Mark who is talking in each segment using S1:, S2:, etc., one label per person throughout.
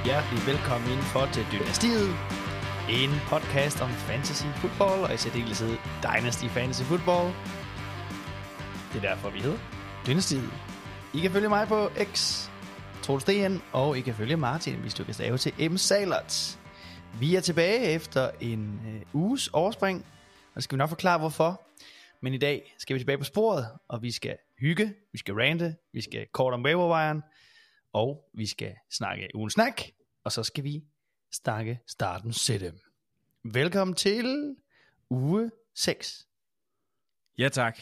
S1: hjertelig velkommen indenfor til Dynastiet. En podcast om fantasy football, og i særdeleshed Dynasty Fantasy Football. Det er derfor, vi hedder Dynastiet. I kan følge mig på X, Troels DN, og I kan følge Martin, hvis du kan stave til M. Salert. Vi er tilbage efter en uges overspring, og det skal vi nok forklare hvorfor. Men i dag skal vi tilbage på sporet, og vi skal hygge, vi skal rante, vi skal kort om waiverwiren, og vi skal snakke ugen snak, og så skal vi snakke starten sætte. Velkommen til uge 6.
S2: Ja, tak.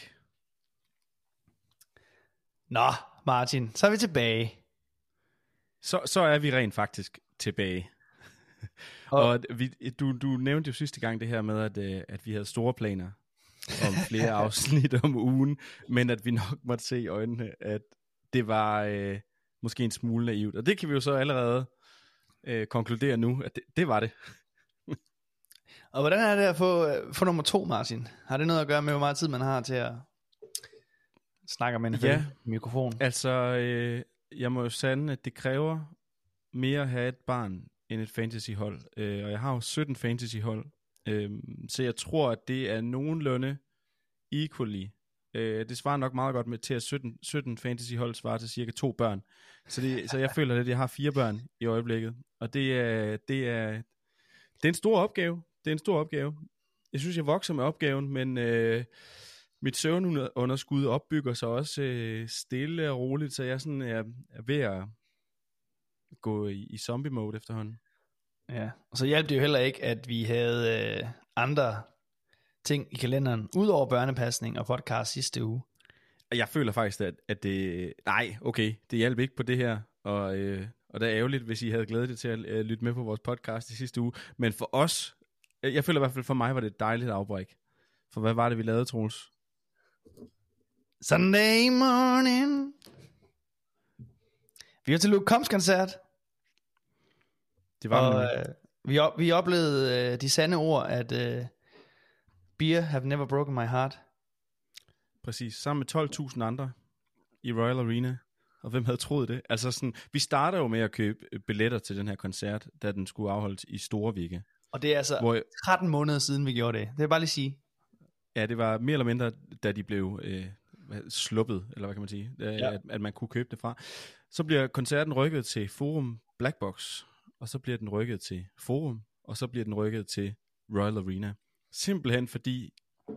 S1: Nå, Martin, så er vi tilbage.
S2: Så er vi rent faktisk tilbage. Og du nævnte jo sidste gang det her med, at vi havde store planer om flere afsnit om ugen, men at vi nok måtte se i øjnene, at det var måske en smule naivt. Og det kan vi jo så allerede konkludere nu, at det var det.
S1: Og hvordan er det at få nummer 2, Martin? Har det noget at gøre med, hvor meget tid man har til at snakke med en mikrofon?
S2: Altså, jeg må jo sande, at det kræver mere at have et barn end et fantasyhold. Og jeg har jo 17 fantasyhold. Så jeg tror, at det er nogenlunde equally. Det svarer nok meget godt med til, at 17 fantasyhold svarer til cirka 2 børn. Så jeg føler, at jeg har 4 børn i øjeblikket. Og det er en stor opgave. Det er en stor opgave. Jeg synes, jeg vokser med opgaven, men mit søvnunderskud opbygger sig også stille og roligt, så jeg sådan er ved at gå i zombie mode efterhånden.
S1: Ja, og så hjalp det jo heller ikke, at vi havde andre ting i kalenderen, udover børnepasning og podcast sidste uge.
S2: Jeg føler faktisk, at det... Nej, okay, det hjalp ikke på det her, og det er ærgerligt, hvis I havde glædet jer til at lytte med på vores podcast i sidste uge. Men for os, jeg føler i hvert fald for mig, var det et dejligt afbræk. For hvad var det, vi lavede, Troels?
S1: Sunday morning. Vi var til Luke Combs koncert.
S2: Det var
S1: og vi oplevede de sande ord, at beer have never broken my heart.
S2: Præcis, sammen med 12.000 andre i Royal Arena. Og hvem havde troet det? Altså sådan, vi starter jo med at købe billetter til den her koncert, da den skulle afholdes i Storvigge.
S1: Og det er altså 13 måneder siden, vi gjorde det. Det vil jeg bare lige sige.
S2: Ja, det var mere eller mindre, da de blev sluppet, eller hvad kan man sige, at man kunne købe det fra. Så bliver koncerten rykket til Forum Blackbox, og så bliver den rykket til Forum, og så bliver den rykket til Royal Arena. Simpelthen fordi,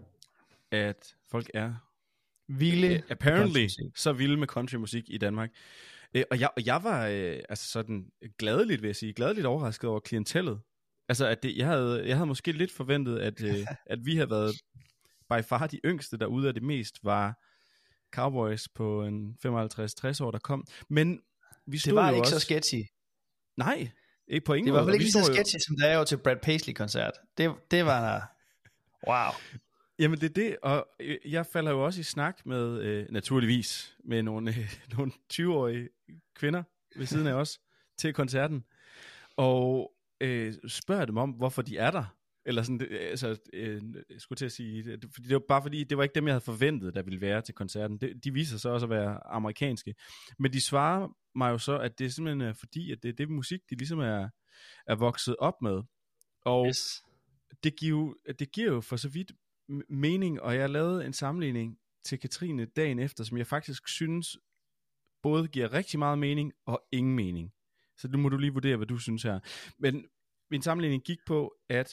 S2: at folk er
S1: vilde,
S2: apparently så vilde med countrymusik i Danmark. Og jeg var altså sådan gladeligt, vil jeg sige, gladeligt overrasket over klientellet. Altså at jeg havde måske lidt forventet, at vi havde været by far de yngste derude, af det mest var cowboys på en 55-60 år, der kom. Men vi stod
S1: det var
S2: jo
S1: ikke
S2: også...
S1: så sketchy.
S2: Nej, ikke på ingen måde.
S1: Det var vel ikke lige så sketchy, som det er jo til Brad Paisley-koncert. Det var... Wow.
S2: Jamen det er det, og jeg falder jo også i snak med, naturligvis, med nogle 20-årige kvinder ved siden af os til koncerten, og spørger dem om, hvorfor de er der. Eller sådan, jeg skulle til at sige, det var bare fordi, det var ikke dem, jeg havde forventet, der ville være til koncerten. De viser sig også at være amerikanske. Men de svarer mig jo så, at det simpelthen er fordi, at det er det musik, de ligesom er vokset op med. Og yes. det giver jo for så vidt mening, og jeg lavede en sammenligning til Katrine dagen efter, som jeg faktisk synes både giver rigtig meget mening og ingen mening. Så nu må du lige vurdere, hvad du synes her. Men min sammenligning gik på, at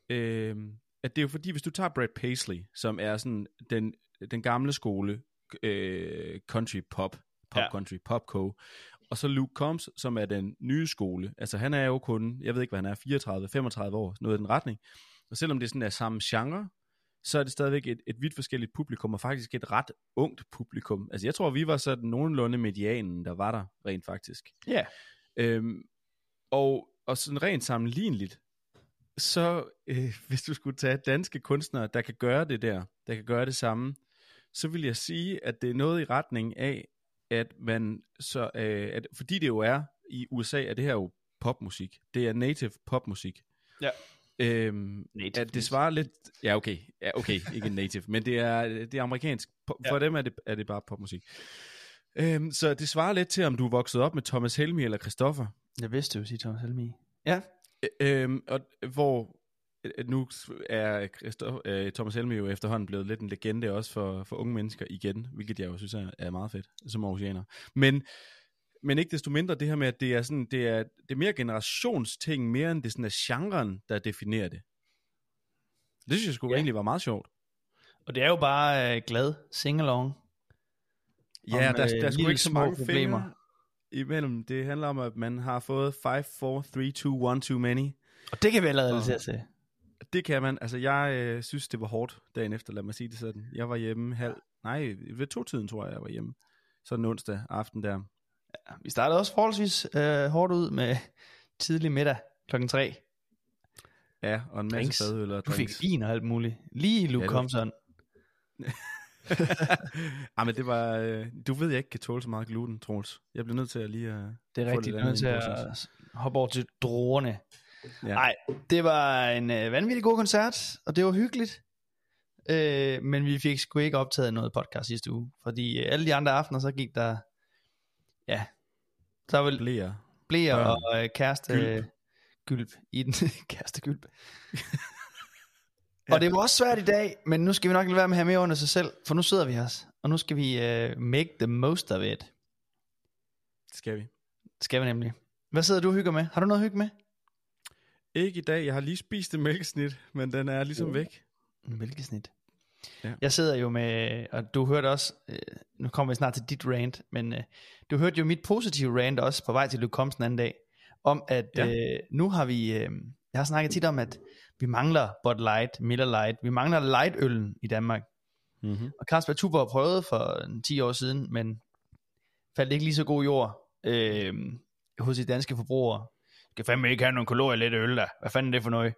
S2: det er jo fordi, hvis du tager Brad Paisley, som er sådan den gamle skole, country pop country, popco, og så Luke Combs, som er den nye skole. Altså han er jo kun, jeg ved ikke hvad han er, 34-35 år, noget i den retning. Og selvom det sådan er samme genre, så er det stadigvæk et vidt forskelligt publikum, og faktisk et ret ungt publikum. Altså jeg tror, vi var sådan nogenlunde medianen, der var der rent faktisk.
S1: Ja.
S2: Og sådan rent sammenligneligt, så hvis du skulle tage danske kunstnere, der kan gøre det der kan gøre det samme, så vil jeg sige, at det er noget i retning af, at man så, at fordi det jo er i USA, er det her jo popmusik. Det er native popmusik. Ja. At det svarer lidt, ja okay, ikke native, men det er amerikansk. For dem er det bare popmusik. Så det svarer lidt til, om du er vokset op med Thomas Helmig eller Christoffer.
S1: Jeg vidste jo sige Thomas Helmig. Ja.
S2: Og hvor nu er Thomas Helmig jo efterhånden blevet lidt en legende også for unge mennesker igen, hvilket jeg jo synes er meget fedt som aarhusianer. Men ikke desto mindre det her med, at det er sådan, det er mere generationsting, mere end det sådan er genren, der definerer det. Det synes jeg sgu egentlig var meget sjovt.
S1: Og det er jo bare glad sing-along.
S2: Ja, der er sgu ikke så mange problemer imellem. Det handler om, at man har fået 5, 4, 3, 2, 1 too many.
S1: Og det kan vi allerede relatere til.
S2: Det kan man. Altså, jeg synes, det var hårdt dagen efter, lad mig sige det sådan. Jeg var hjemme ved 2-tiden, tror jeg var hjemme. Sådan onsdag aften der.
S1: Ja, vi startede også forholdsvis hårdt ud med tidlig middag 3:00.
S2: Ja, og en masse fadøl og
S1: drinks. Du fik vin og alt muligt. Lige Luke Compton.
S2: Men det var du ved jeg ikke kan tåle så meget gluten, Troels. Jeg bliver nødt til at lige
S1: det er rigtigt, nødt til at hoppe over til druerne. Nej, det var en vanvittig god koncert, og det var hyggeligt. Men vi fik sgu ikke optaget noget podcast sidste uge, fordi alle de andre aftener så gik der så var blæer og kæreste gylp i den kæreste gylp. Og det var også svært i dag, men nu skal vi nok lade være med at have mere under sig selv, for nu sidder vi her, og nu skal vi make the most of it.
S2: Det skal vi.
S1: Det skal vi nemlig. Hvad sidder du og hygger med? Har du noget at hygge med?
S2: Ikke i dag. Jeg har lige spist en mælkesnit, men den er ligesom væk.
S1: En mælkesnit.
S2: Ja.
S1: Jeg sidder jo med, og du hørte også, nu kommer vi snart til dit rant, men du hørte jo mit positive rant også på vej til Luke Compton anden dag, om at nu har vi, jeg har snakket tit om, at vi mangler Bud Light, Miller Light, vi mangler lightøllen i Danmark. Mm-hmm. Og Carlsberg Tuborg prøvede for 10 år siden, men faldt ikke lige så god jord hos de danske forbrugere. Skal fandme ikke have nogen kalorier lidt øl da. Hvad fanden er det for noget?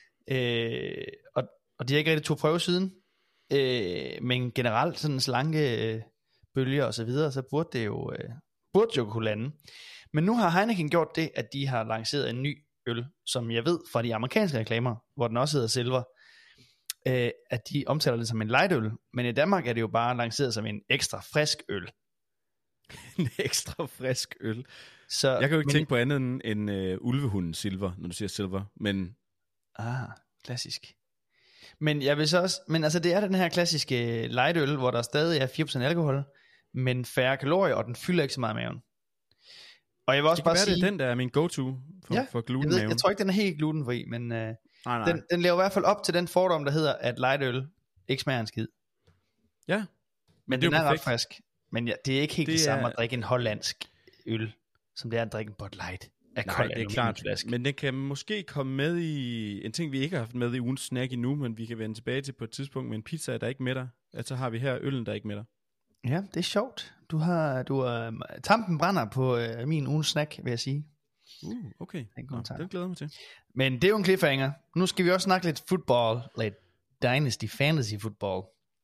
S1: Og de har ikke rigtig tog prøve siden. Men generelt sådan slanke bølger og så videre, så burde det jo kunne lande. Men nu har Heineken gjort det, at de har lanceret en ny øl, som jeg ved fra de amerikanske reklamer, hvor den også hedder Silver, at de omtaler det som en lightøl, men i Danmark er det jo bare lanceret som en ekstra frisk øl.
S2: En ekstra frisk øl.
S1: Så,
S2: jeg kan jo ikke tænke på andet end ulvehunden Silver, når du siger Silver, men...
S1: klassisk. Men jeg vil så også, men altså det er den her klassiske lightøl, hvor der stadig er 4% alkohol, men færre kalorier, og den fylder ikke så meget maven. Og jeg vil også bare sige,
S2: det er den der er min go-to for glutenmaven.
S1: Jeg tror ikke den er helt glutenfri, men nej. Den lever i hvert fald op til den fordom, der hedder, at lightøl ikke smager en skid.
S2: Ja.
S1: Men den er ret frisk. Men det er ikke helt det samme at drikke en hollandsk øl, som det er at drikke en Bud Light.
S2: Nej, det er klart. Men den kan måske komme med i en ting, vi ikke har haft med i ugens snack endnu, men vi kan vende tilbage til på et tidspunkt med en pizza, der ikke mætter. Altså har vi her øllen, der ikke mætter. Ja,
S1: det er sjovt. Du har tampen brænder på min ugens snack, vil jeg sige.
S2: Okay. Det glæder mig til.
S1: Men det er jo en cliffhanger. Nu skal vi også snakke lidt football, lidt Dynasty Fantasy Football.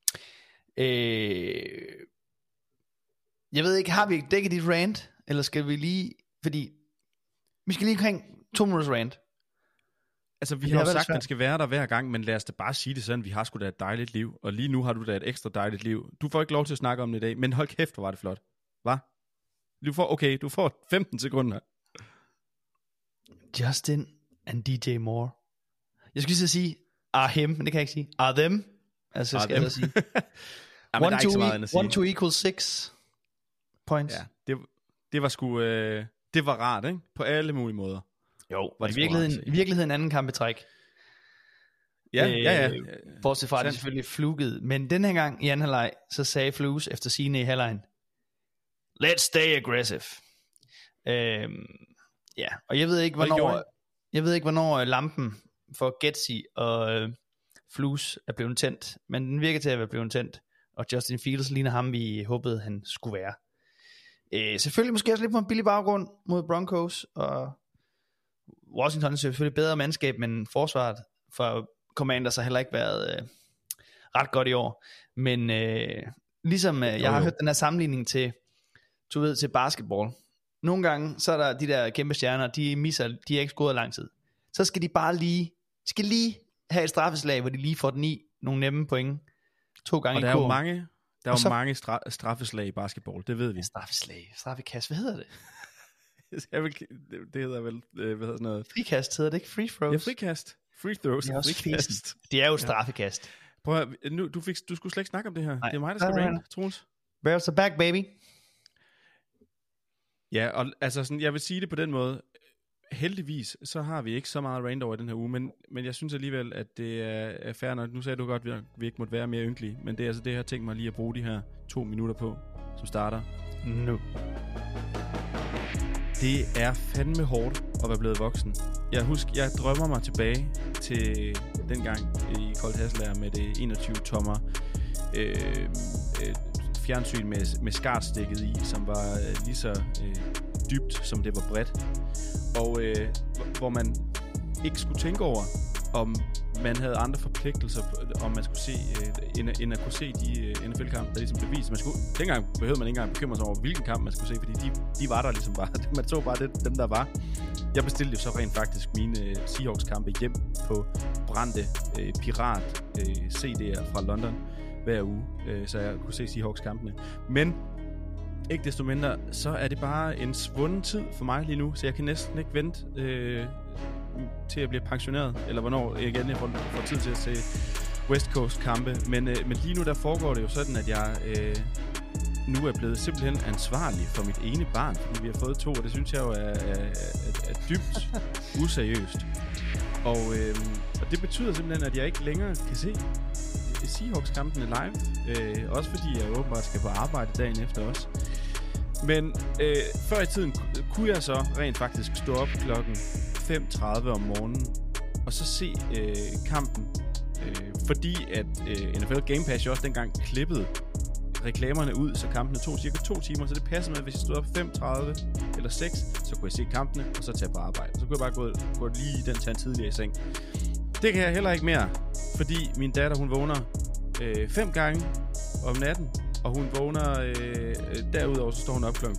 S1: Jeg ved ikke, har vi dækket dit rant, eller skal vi lige, fordi vi skal lige omkring 2 minutters rant.
S2: Altså vi har jo sagt, at den skal være der hver gang, men lad os da bare sige det sådan, vi har sgu da et dejligt liv, og lige nu har du da et ekstra dejligt liv. Du får ikke lov til at snakke om det i dag, men hold kæft, hvor var det flot. Hva? Du får 15 sekunder.
S1: Justin and DJ Moore. Jeg skulle lige sige, him, men det kan jeg ikke sige. Them. Altså skal jeg sige. 1 to equal 6 points.
S2: Ja, det var sgu, det var rart, ikke? På alle mulige måder.
S1: Jo, var det i virkeligheden en anden kamp i træk.
S2: Ja.
S1: Bortset fra, at det selvfølgelig flugede. Men den her gang i anden halvleg, så sagde Flus efter sigende i halvlejen, let's stay aggressive. Og jeg ved ikke, hvornår lampen for Getsy og Flus er blevet tændt, men den virker til at være blevet tændt, og Justin Fields ligner ham, vi håbede, han skulle være. Selvfølgelig måske også lidt på en billig baggrund mod Broncos, og Washington er selvfølgelig bedre mandskab, men forsvaret for Commanders har heller ikke været ret godt i år. Men ligesom jeg har hørt den her sammenligning til basketball. Nogle gange, så er der de der kæmpe stjerner, de er ikke scoret lang tid. Så skal de bare lige have et straffeslag, hvor de lige får den i nogle nemme point 2 gange.
S2: Og der er jo mange, Der er jo mange straffeslag i basketball, det ved vi.
S1: Straffekast, hvad hedder det?
S2: Det hedder vel, hvad hedder sådan noget?
S1: Frikast hedder det ikke? Free throws?
S2: Ja, frikast. Free throws.
S1: Det er også frikast. Det er jo straffekast.
S2: Prøv at, nu, du skulle slet ikke snakke om det her. Nej. Det er mig, der skal rant, Troels.
S1: Bears are back, baby.
S2: Ja, og altså sådan, jeg vil sige det på den måde. Heldigvis, så har vi ikke så meget rant over i den her uge, men jeg synes alligevel, at det er fair nok. Nu sagde du godt, at vi ikke måtte være mere ynkelige, men det er altså det, jeg har tænkt mig lige at bruge de her 2 minutter på, som starter nu. Det er fandme hårdt at være blevet voksen. Jeg drømmer mig tilbage til dengang i Koldt Hasselager med det 21-tommer fjernsyn med skartstikket i, som var lige så dybt, som det var bredt. Og hvor man ikke skulle tænke over, om man havde andre forpligtelser, om man skulle se, end at kunne se de NFL-kampe, der ligesom blev vist. Dengang behøvede man ikke engang bekymre sig over, hvilken kamp man skulle se, fordi de var der ligesom bare. Man så bare dem, der var. Jeg bestilte jo så rent faktisk mine Seahawks-kampe hjem på brændte pirat-CD'er fra London hver uge, så jeg kunne se Seahawks-kampene. Men ikke desto mindre, så er det bare en svunden tid for mig lige nu, så jeg kan næsten ikke vente til at blive pensioneret, eller hvornår jeg får tid til at se West Coast kampe. Men lige nu der foregår det jo sådan, at jeg nu er blevet simpelthen ansvarlig for mit ene barn, fordi vi har fået 2, og det synes jeg jo er dybt useriøst. Og det betyder simpelthen, at jeg ikke længere kan se Seahawks-kampene live, også fordi jeg åbenbart skal på arbejde dagen efter også. Men før i tiden kunne jeg så rent faktisk stå op klokken 5:30 om morgenen og så se kampen, fordi at NFL Game Pass jo også dengang klippede reklamerne ud, så kampene tog cirka 2 timer, så det passede med, at hvis jeg stod op 5:30 eller 6, så kunne jeg se kampene, og så tage på arbejde. Så kunne jeg bare gå lige den tand tidligere i seng. Det kan jeg heller ikke mere, fordi min datter, hun vågner 5 gange om natten, og hun vågner derudover, så står hun op klokken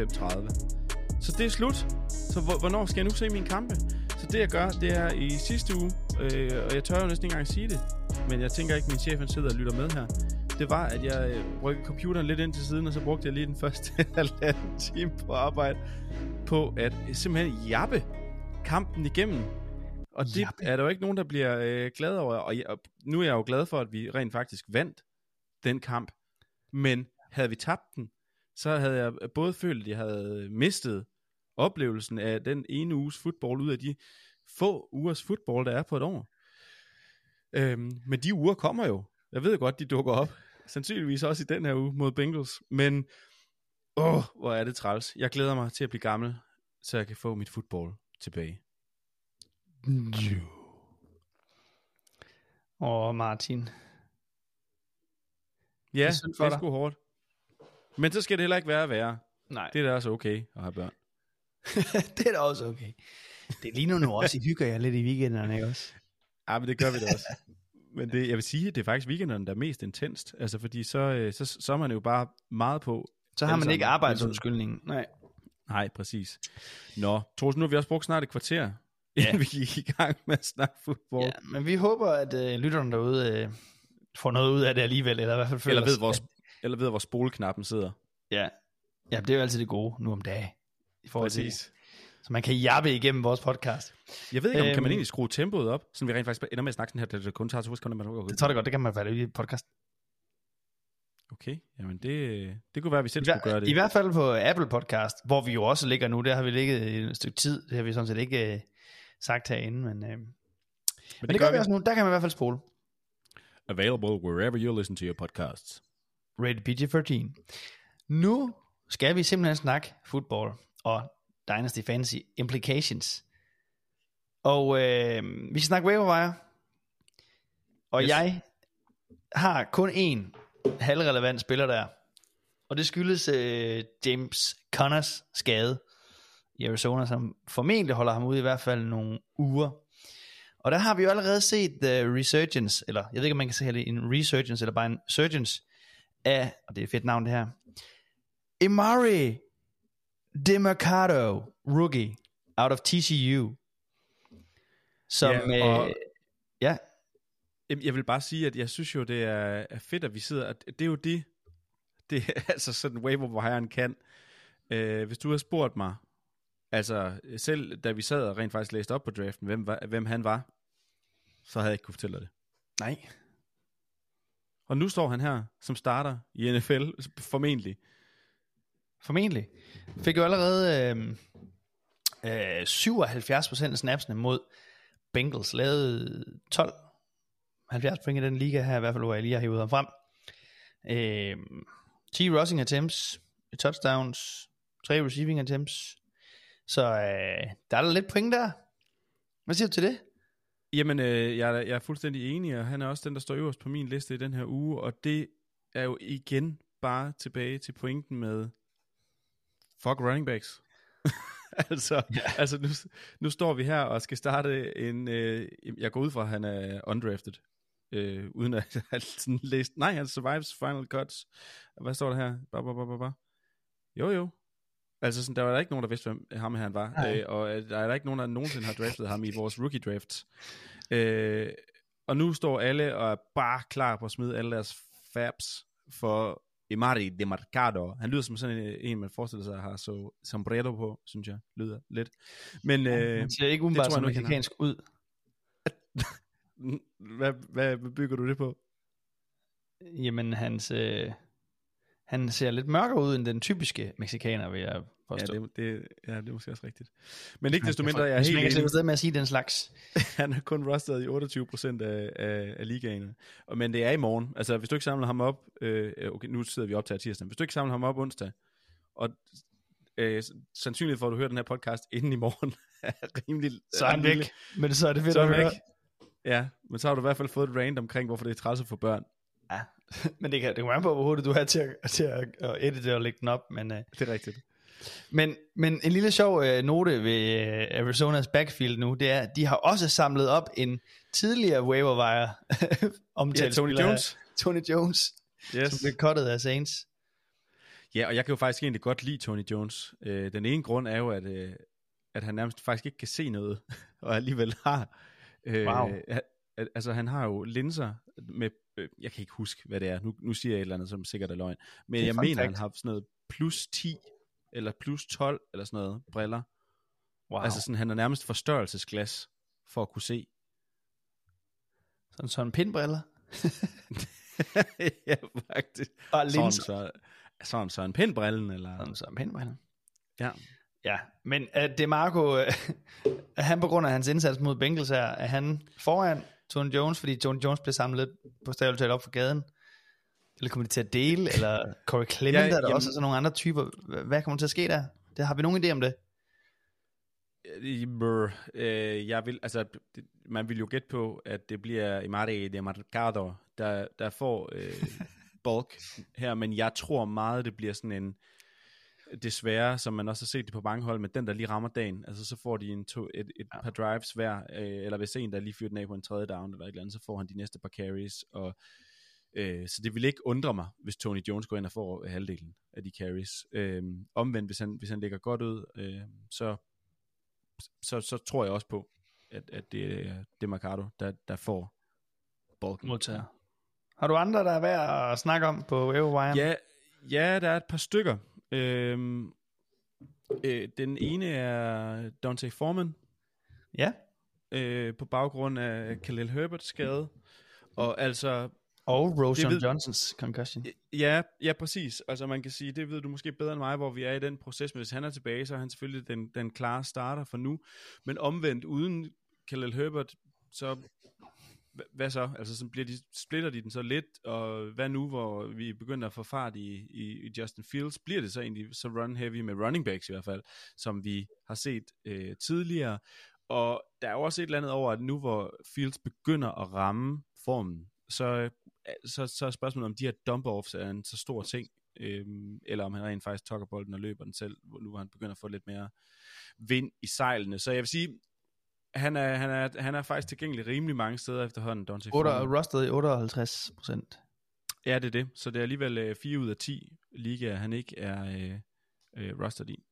S2: 5:30. Så det er slut. Så hvornår skal jeg nu se mine kampe? Så det jeg gør, det er i sidste uge, og jeg tør jo næsten ikke engang sige det, men jeg tænker ikke, at min chef han sidder og lytter med her. Det var, at jeg rykkede computeren lidt ind til siden, og så brugte jeg lige den første halvanden time på arbejde på at simpelthen jappe kampen igennem. Og det er der jo ikke nogen, der bliver glad over. Og nu er jeg jo glad for, at vi rent faktisk vandt den kamp. Men havde vi tabt den, så havde jeg både følt, at jeg havde mistet oplevelsen af den ene uges fodbold ud af de få ugers fodbold, der er på et år. Men de uger kommer jo. Jeg ved godt, de dukker op. Sandsynligvis også i den her uge mod Bengals. Men hvor er det træls. Jeg glæder mig til at blive gammel, så jeg kan få mit fodbold tilbage.
S1: Martin.
S2: Ja, det er sgu hårdt. Men så skal det heller ikke være værre.
S1: Nej.
S2: Det er da også okay at have børn.
S1: Det er da også okay. Det ligner nu også, I hygger jer lidt i weekenderne, ikke også?
S2: Ja, men det gør vi da også. Men jeg vil sige, at det er faktisk weekenderne, der er mest intenst. Altså, fordi så er man jo bare meget på.
S1: Så har man ikke arbejdsundskyldningen.
S2: Nej, præcis. Nå, Troels, nu har vi også brugt snart et kvarter, inden vi gik i gang med at snakke fodbold. Ja,
S1: men vi håber, at lytterne derude får noget ud af det alligevel, eller i hvert fald føler
S2: eller ved, hvor spoleknappen sidder.
S1: Ja, det er jo altid det gode nu om dagen. Præcis. Så man kan jappe igennem vores podcast.
S2: Jeg ved ikke, om kan man egentlig skrue tempoet op, så vi rent faktisk ender med at snakke den her, det kun tager 2 sekunder.
S1: Det tager det godt, det kan man falde i podcast.
S2: Okay, jamen det kunne være, at vi selv skulle gøre det.
S1: I hvert fald på Apple Podcast, hvor vi jo også ligger nu, der har vi ligget et stykke tid, det har vi sådan set ikke sagt herinde, men det gør vi også nu, der kan man i hvert fald spole.
S2: Available wherever you listen to your podcasts.
S1: Rated PG-13. Nu skal vi simpelthen snakke football og Dynasty Fantasy Implications. Og vi skal snakke waiver wire. Og jeg har kun én halvrelevant spiller der. Og det skyldes James Connors skade i Arizona, som formentlig holder ham ude i hvert fald nogle uger. Og der har vi jo allerede set resurgence, eller jeg ved ikke, om man kan sige en resurgence, eller bare en surgence af, og det er et fedt navn det her, Emari Demercado, rookie, out of TCU. Som,
S2: jeg vil bare sige, at jeg synes jo, det er fedt, at vi sidder, at det er jo det, det er altså sådan waiver wire'en kan. Hvis du havde spurgt mig, altså selv da vi sad og rent faktisk læste op på draften, hvem han var, så havde jeg ikke kunne fortælle dig det.
S1: Nej.
S2: Og nu står han her som starter i NFL, formentlig.
S1: Formentlig. Fik jo allerede 77% af snapsene mod Bengals. Lavede 70 point i den liga her, i hvert fald, hvor jeg lige har hævet ham frem. 10 rushing attempts, touchdowns, 3 receiving attempts. Så der er lidt point der. Hvad siger du til det?
S2: Jamen, jeg er fuldstændig enig, og han er også den, der står øverst på min liste i den her uge, og det er jo igen bare tilbage til pointen med fuck running backs. altså nu står vi her og skal starte en, jeg går ud fra, at han er undrafted, uden at have sådan læst, nej, han survives final cuts. Hvad står der her? Jo. Altså sådan, der var der ikke nogen, der vidste, hvem ham han var. Og der er der ikke nogen, der nogensinde har draftet ham i vores rookie drafts. Og nu står alle og er bare klar på at smide alle deres fabs for Emari Demercado. Han lyder som sådan en man forestiller sig at have så sombrero på, synes jeg. Lyder lidt. Men
S1: han ser ikke umiddelbart som mexicansk ud.
S2: Hvad bygger du det på?
S1: Jamen, han ser lidt mørkere ud end den typiske mexikaner, vil jeg påstå.
S2: Det er måske også rigtigt. Men ikke desto mindre, jeg er helt enig.
S1: Jeg kan slippe med at sige den slags.
S2: Han er kun rustet i 28% af ligaene. Men det er i morgen. Altså, hvis du ikke samler ham op, okay, nu sidder vi op til tirsdag. Hvis du ikke samler ham op onsdag, og sandsynligt for, at du hører den her podcast inden i morgen, er rimelig...
S1: Så er han væk. Men så er det fedt
S2: at
S1: høre.
S2: Ja, men så har du i hvert fald fået et rant omkring, hvorfor det er træls for børn.
S1: Ja, men det kan være på, hvor hurtigt du er til at edite og lægge den op. Men,
S2: det er rigtigt.
S1: Men en lille sjov note ved Arizonas backfield nu, det er, at de har også samlet op en tidligere waiver wire omtalt Tony Jones, som blev cuttet af Saints.
S2: Ja, og jeg kan jo faktisk egentlig godt lide Tony Jones. Den ene grund er jo, at han nærmest faktisk ikke kan se noget, og alligevel har...
S1: Wow.
S2: Altså han har jo linser med, jeg kan ikke huske hvad det er, nu siger jeg et eller andet som sikkert er løgn, men jeg mener han har sådan noget plus 10 eller plus 12 eller sådan noget briller. Wow. Altså sådan han er nærmest forstørrelsesglas for at kunne se.
S1: Sådan pinbriller.
S2: Ja, faktisk.
S1: Og linser.
S2: Sådan en pinbrillen eller
S1: sådan pinbrillen.
S2: Ja.
S1: Ja, men DeMarco, han på grund af hans indsats mod Bengals her, er han foran Tony Jones, fordi Tony Jones blev samlet lidt på staveligt op for gaden? Eller kommer de til at dele? Eller Corey Clement, der også er sådan nogle andre typer? Hvad kommer til at ske der? Har vi nogen idé om det?
S2: Jeg vil, altså, man vil jo gætte på, at det bliver Emari Demercado, der får bulk her, men jeg tror meget, det bliver sådan en desværre, som man også har set det på mange hold, med den, der lige rammer dagen, altså så får de et par drives hver, eller hvis en, der lige fyrer den af på en tredje down, eller et eller andet, så får han de næste par carries, og så det vil ikke undre mig, hvis Tony Jones går ind og får halvdelen af de carries. Omvendt, hvis han ligger godt ud, så tror jeg også på, at det er Demercado, der får bolden.
S1: Modtager. Har du andre, der er værd at snakke om på waiver?
S2: Ja, der er et par stykker. Den ene er Dante Foreman.
S1: Ja.
S2: På baggrund af Khalil Herberts skade. Og altså...
S1: Og Roschon Johnsons concussion.
S2: Ja, præcis. Altså man kan sige, det ved du måske bedre end mig, hvor vi er i den proces. Men hvis han er tilbage, så er han selvfølgelig den klare starter for nu. Men omvendt, uden Khalil Herbert, så... Hvad så? Altså så splitter de den så lidt, og hvad nu, hvor vi begynder at få fart i Justin Fields, bliver det så egentlig så run heavy med running backs i hvert fald, som vi har set tidligere, og der er jo også et eller andet over, at nu hvor Fields begynder at ramme formen, så er spørgsmålet om de her dump-offs er en så stor ting, eller om han rent faktisk tokker bolden og løber den selv, nu hvor han begynder at få lidt mere vind i sejlene, så jeg vil sige, han er faktisk tilgængelig rimelig mange steder efterhånden.
S1: Rusted i 58%.
S2: Ja, det er det. Så det er alligevel 4 ud af 10 ligaer, han ikke er rusted i.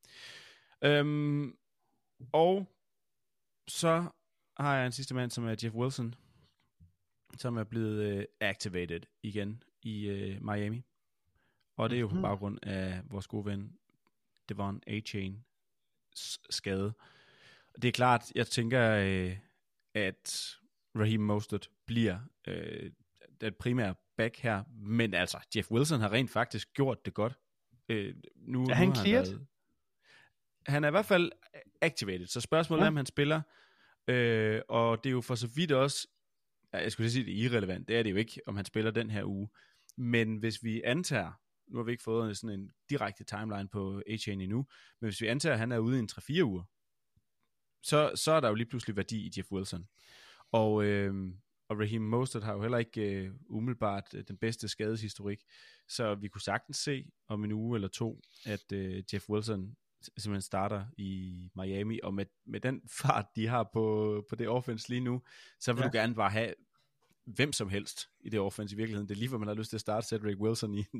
S2: Og så har jeg en sidste mand, som er Jeff Wilson, som er blevet activated igen i Miami. Og det er jo på baggrund af vores gode ven Devon A-Chain skade. Det er klart, jeg tænker, at Raheem Mostert bliver den primære back her, men altså, Jeff Wilson har rent faktisk gjort det godt. Nu
S1: er han cleared?
S2: Han er i hvert fald activated, så spørgsmålet er, om han spiller, og det er jo for så vidt også, jeg skulle sige, det er irrelevant, det er det jo ikke, om han spiller den her uge, men hvis vi antager, nu har vi ikke fået sådan en direkte timeline på A-Chain endnu, men hvis vi antager, at han er ude i en 3-4 uger, så er der jo lige pludselig værdi i Jeff Wilson. Og Raheem Mostert har jo heller ikke umiddelbart den bedste skadeshistorik, så vi kunne sagtens se om en uge eller to, at Jeff Wilson simpelthen starter i Miami, og med den fart, de har på det offense lige nu, så vil du gerne bare have hvem som helst i det offense i virkeligheden. Det er lige for, man har lyst til at starte Cedric Wilson i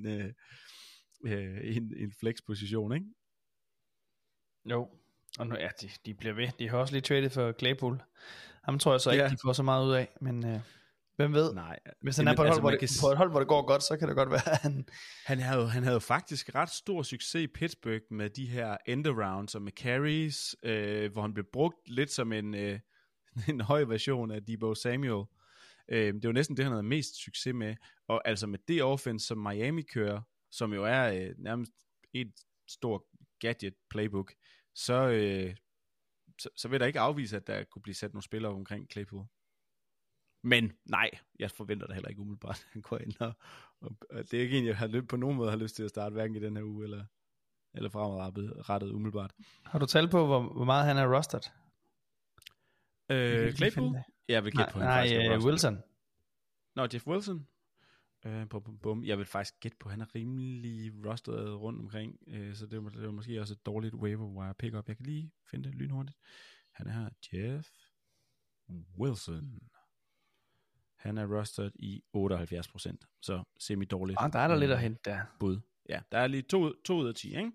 S2: en flex-position, ikke?
S1: Jo, og nu, ja, de bliver ved. De har også lige traded for Claypool. Ham tror jeg så ikke, de får så meget ud af, men hvem ved? Nej, hvis han er på et hold, hvor det går godt, så kan det godt være,
S2: Han havde faktisk ret stor succes i Pittsburgh med de her end-arounds og med carries, hvor han blev brugt lidt som en høj version af Deebo Samuel. Det var næsten det, han havde mest succes med, og altså med det offense, som Miami kører, som jo er nærmest et stort gadget playbook, så vil der ikke afvise, at der kunne blive sat nogle spillere omkring Claypool. Men nej, jeg forventer det heller ikke umiddelbart. Han går ind og det er ikke en, jeg på nogen måde har lyst til at starte, hverken i den her uge, eller fremadrettet umiddelbart.
S1: Har du tal på, hvor meget han er rustet?
S2: Claypool? Jeg vil gætte på, han faktisk er
S1: Wilson.
S2: Jeff Wilson? Jeg vil faktisk gætte på, at han er rimelig rustet rundt omkring, så det var måske også et dårligt waiver wire pick-up. Jeg kan lige finde det lynhurtigt. Han er her, Jeff Wilson. Han er rustet i 78%, så semi-dårligt.
S1: Der er der lidt at hente der.
S2: Bud. Ja, der er lige 2 ud af 10, ikke?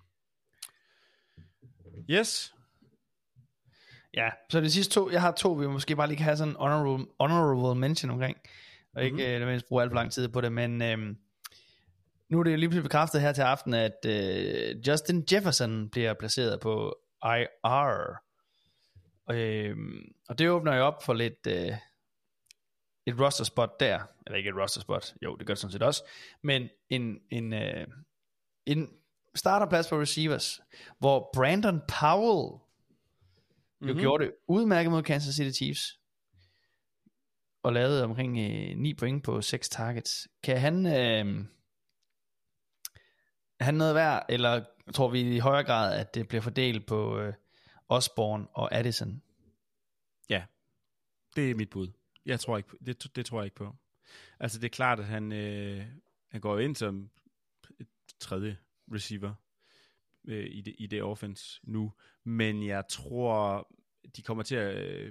S2: Yes.
S1: Ja, så de sidste 2, jeg har 2, vi måske bare lige kan have sådan en honorable mention omkring, og ikke nødvendigvis bruge alt for lang tid på det, men nu er det jo lige pludselig bekræftet her til aften, at Justin Jefferson bliver placeret på IR, og det åbner jo op for lidt et roster spot der, eller ikke et roster spot, jo det gør det sådan set også, men en starterplads for receivers, hvor Brandon Powell gjorde det udmærket mod Kansas City Chiefs, og lavede omkring 9 point på 6 targets. Kan han noget værd, eller tror vi i højere grad, at det bliver fordelt på Osborne og Addison?
S2: Ja, det er mit bud. Jeg tror ikke, det tror jeg ikke på. Altså det er klart, at han går ind som et tredje receiver i det offense nu, men jeg tror, de kommer til at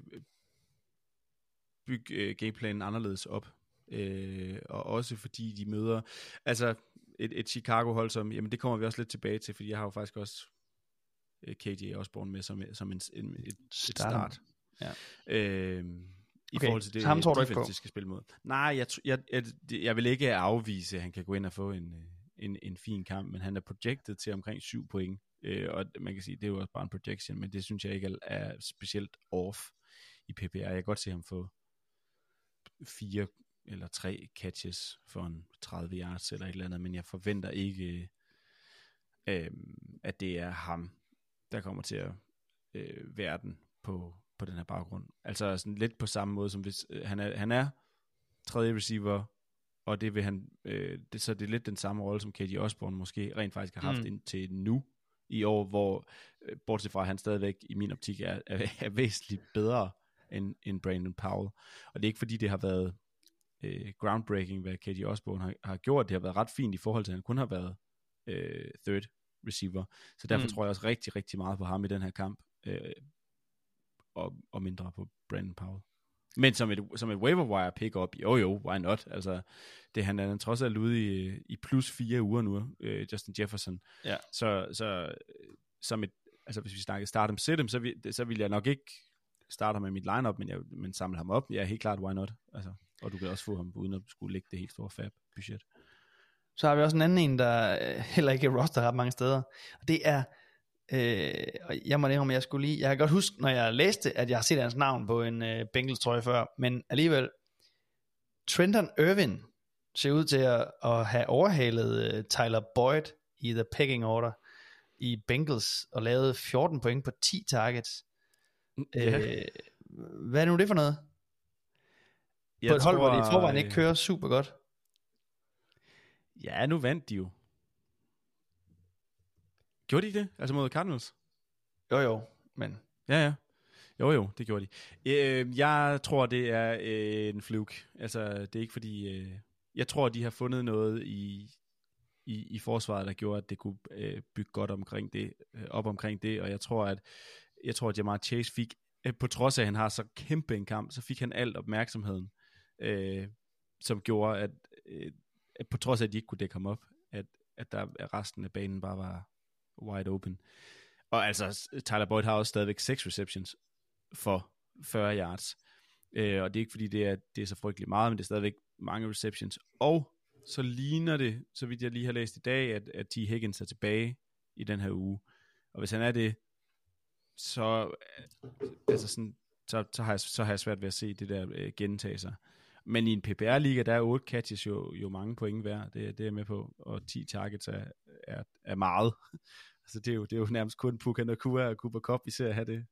S2: bygge gameplanen anderledes op, og også fordi de møder, altså et Chicago-hold, som, jamen det kommer vi også lidt tilbage til, fordi jeg har jo faktisk også KJ Osborne med som et start. Ja. I forhold til det defense, de skal spille mod. Nej, jeg vil ikke afvise, at han kan gå ind og få en fin kamp, men han er projected til omkring 7 point, og man kan sige, det er jo også bare en projection, men det synes jeg ikke er specielt off i PPR. Jeg kan godt se ham få 4 eller 3 catches for en 30 yards eller et eller andet, men jeg forventer ikke, at det er ham, der kommer til at være den på den her baggrund. Altså sådan lidt på samme måde, som hvis han er tredje receiver, og det vil han, så det er lidt den samme rolle, som KJ Osborne måske rent faktisk har haft indtil nu i år, hvor bortset fra, at han stadigvæk i min optik er væsentligt bedre end Brandon Powell. Og det er ikke fordi, det har været groundbreaking, hvad KJ Osborne har gjort. Det har været ret fint i forhold til, at han kun har været third receiver. Så derfor tror jeg også rigtig, rigtig meget på ham i den her kamp, og mindre på Brandon Powell. Men som et waiver wire pick-up, jo, why not? Altså, han er trods alt ude i plus 4 uger nu, Justin Jefferson. Ja. Så som hvis vi snakker start dem, sit dem, så vil jeg nok ikke starte med mit lineup, men samle ham op. Ja, helt klart, why not? Altså, og du kan også få ham uden at skulle lægge det helt store fab budget.
S1: Så har vi også en anden en, der heller ikke er roster ret mange steder. Og det er, og jeg må indrømme, jeg kan godt huske, når jeg læste, at jeg har set hans navn på en Bengals trøje før, men alligevel, Trenton Irwin ser ud til at have overhalet Tyler Boyd i the pecking order i Bengals, og lavet 14 point på 10 targets. Hvad er nu det for noget? På et hold, hvor det i forvejen ikke kører super godt.
S2: Ja, nu vandt de jo. Gjorde de det? Altså mod Cardinals?
S1: Jo, men...
S2: Ja. Jo, det gjorde de. Jeg tror, det er en fluke. Altså, det er ikke fordi... jeg tror, de har fundet noget i forsvaret, der gjorde, at det kunne bygge godt op omkring det, og jeg tror, at Jamar Chase fik, på trods af, at han har så kæmpe en kamp, så fik han alt opmærksomheden, som gjorde, at på trods af, at de ikke kunne dække ham op, at resten af banen bare var wide open. Og altså, Tyler Boyd har også stadigvæk 6 receptions for 40 yards. Og det er ikke fordi, det er så frygteligt meget, men det er stadigvæk mange receptions. Og så ligner det, så vidt jeg lige har læst i dag, at T. Higgins er tilbage i den her uge. Og hvis han er det, så, altså sådan, så har jeg svært ved at se det der gentage sig. Men i en PPR-liga, der er 8 catches jo mange point værd. Det er jeg med på. Og 10 targets er meget. Altså det er jo nærmest kun Puka Nacua og Cooper Kupp, vi ser have det.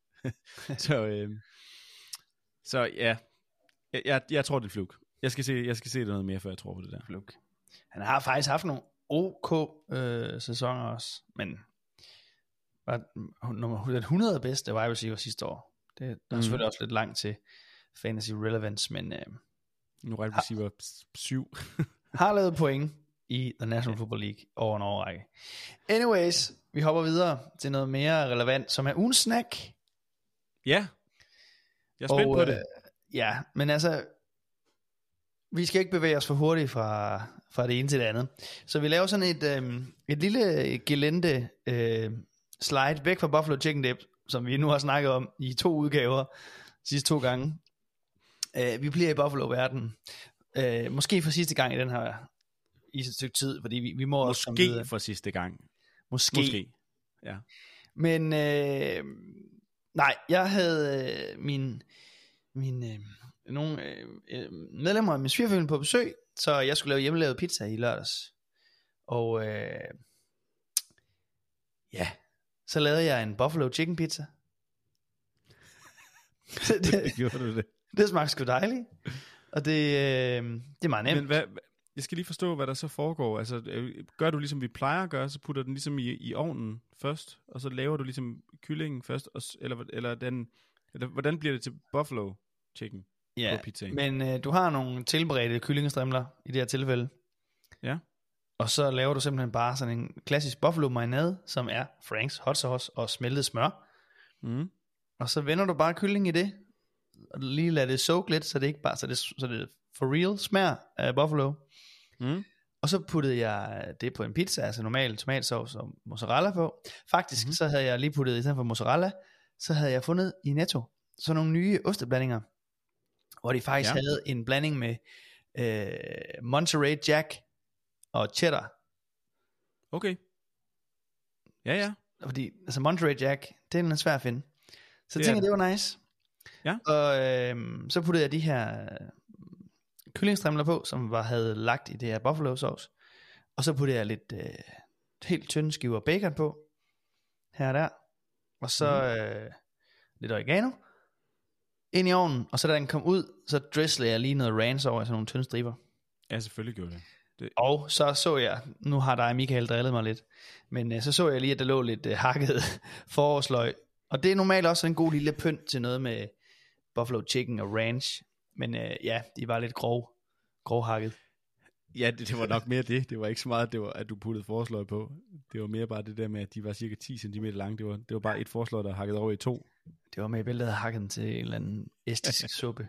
S2: så ja, jeg tror det er fluk. Jeg skal se det noget mere, før jeg tror på det der.
S1: Fluk. Han har faktisk haft nogle OK sæsoner også, men var den 100 bedste wide receiver sidste år. Det er selvfølgelig også lidt langt til fantasy relevance, men
S2: nu wide receiver 7
S1: har lavet point i The National Football League over en årrække. Anyways, vi hopper videre til noget mere relevant, som er ugens snack.
S2: Ja, jeg er spændt på det.
S1: Ja, men altså, vi skal ikke bevæge os for hurtigt fra det ene til det andet. Så vi laver sådan et lille gelente slide væk fra Buffalo Chicken Dip, som vi nu har snakket om i 2 udgaver, sidste 2 gange. Vi bliver i Buffalo-verden. Måske for sidste gang i den her i et stykke tid, fordi vi må også komme videre.
S2: Måske for sidste gang.
S1: Måske.
S2: Ja.
S1: Men nej, jeg havde nogle medlemmer af min svigerfamilie på besøg, så jeg skulle lave hjemmelavet pizza i lørdags. Og ja, så lavede jeg en Buffalo Chicken Pizza.
S2: det gjorde du det.
S1: Det smagte sgu dejligt. Og det er meget nemt.
S2: Men jeg skal lige forstå, hvad der så foregår. Altså, gør du ligesom vi plejer at gøre, så putter den ligesom i ovnen først, og så laver du ligesom kyllingen først, eller hvordan bliver det til Buffalo Chicken på pizzaen?
S1: Men du har nogle tilberedte kyllingestrimler i det her tilfælde.
S2: Ja.
S1: Og så laver du simpelthen bare sådan en klassisk buffalo marinade, som er Franks hot sauce og smeltet smør. Og så vender du bare kyllingen i det, og lige lader det soak lidt, så det ikke bare, så det for real smager af buffalo. Og så puttede jeg det på en pizza, altså normal tomatsauce og mozzarella på. Faktisk så havde jeg lige puttet, i stedet for mozzarella, så havde jeg fundet i Netto sådan nogle nye osteblandinger, hvor de faktisk havde en blanding med Monterey Jack og cheddar.
S2: Okay. Ja.
S1: Fordi altså Monterey Jack, det er lidt svært at finde. Så jeg tænkte, det var nice.
S2: Ja.
S1: Og så puttede jeg de her kyllingestrimler på, som havde lagt i det her buffalo sauce. Og så puttede jeg lidt helt tynde skiver bacon på. Her og der. Og så lidt oregano. Ind i ovnen. Og så da den kom ud, så drizzlede jeg lige noget ranch over sådan nogle tynde striber.
S2: Ja, selvfølgelig gjorde det.
S1: Og så jeg, nu har dig Michael drillet mig lidt, men så jeg lige, at der lå lidt hakket forårsløg. Og det er normalt også en god lille pynt til noget med buffalo chicken og ranch. Men ja, de var lidt grovhakket.
S2: Ja, det var nok mere det. Det var ikke så meget, det var, at du puttede forsløg på. Det var mere bare det der med, at de var cirka 10 cm lange. Det var bare et forsløg, der hakket over i 2. Det
S1: var med i billedet af hakket til en eller anden estisk suppe.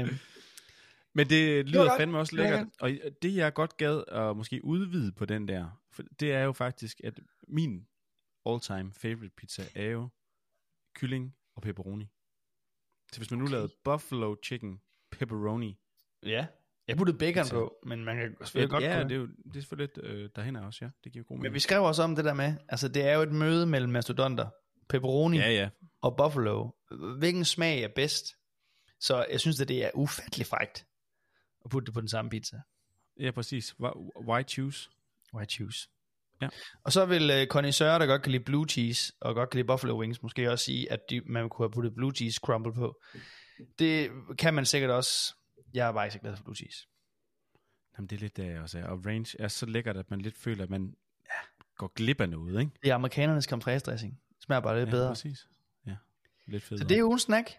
S2: Men det lyder fandme også lækkert. Og det jeg godt gad at måske udvide på den der, for det er jo faktisk, at min all-time favorite pizza er jo kylling og pepperoni. Så hvis man nu lavede buffalo chicken pepperoni,
S1: ja, Jeg puttede bacon
S2: Altså,
S1: på, men man kan selvfølgelig godt
S2: ja,
S1: kunne.
S2: det er selvfølgelig lidt derhen af også, ja. Det giver god
S1: Men
S2: mening.
S1: vi skrev også om det der med, altså det er jo et møde mellem mastodonter, pepperoni
S2: Ja.
S1: og buffalo. Hvilken smag er bedst? Så jeg synes, at det er ufattelig frækt at putte det på den samme pizza.
S2: Ja, præcis. Why choose?
S1: Why choose?
S2: Ja.
S1: Og så vil connoisseur, der godt kan lide blue cheese, og godt kan lide buffalo wings, måske også sige, at man kunne have puttet blue cheese crumble på. Det kan man sikkert også. Jeg er bare ikke så glad for blue cheese.
S2: Jamen, det er lidt der også er. Og ranch er så lækkert, at man lidt føler, at man går glip af noget, ikke?
S1: Det er amerikanernes creme fraiche dressing. Smager bare lidt bedre.
S2: Præcis. Ja, lidt federe.
S1: Så det er ugens snack.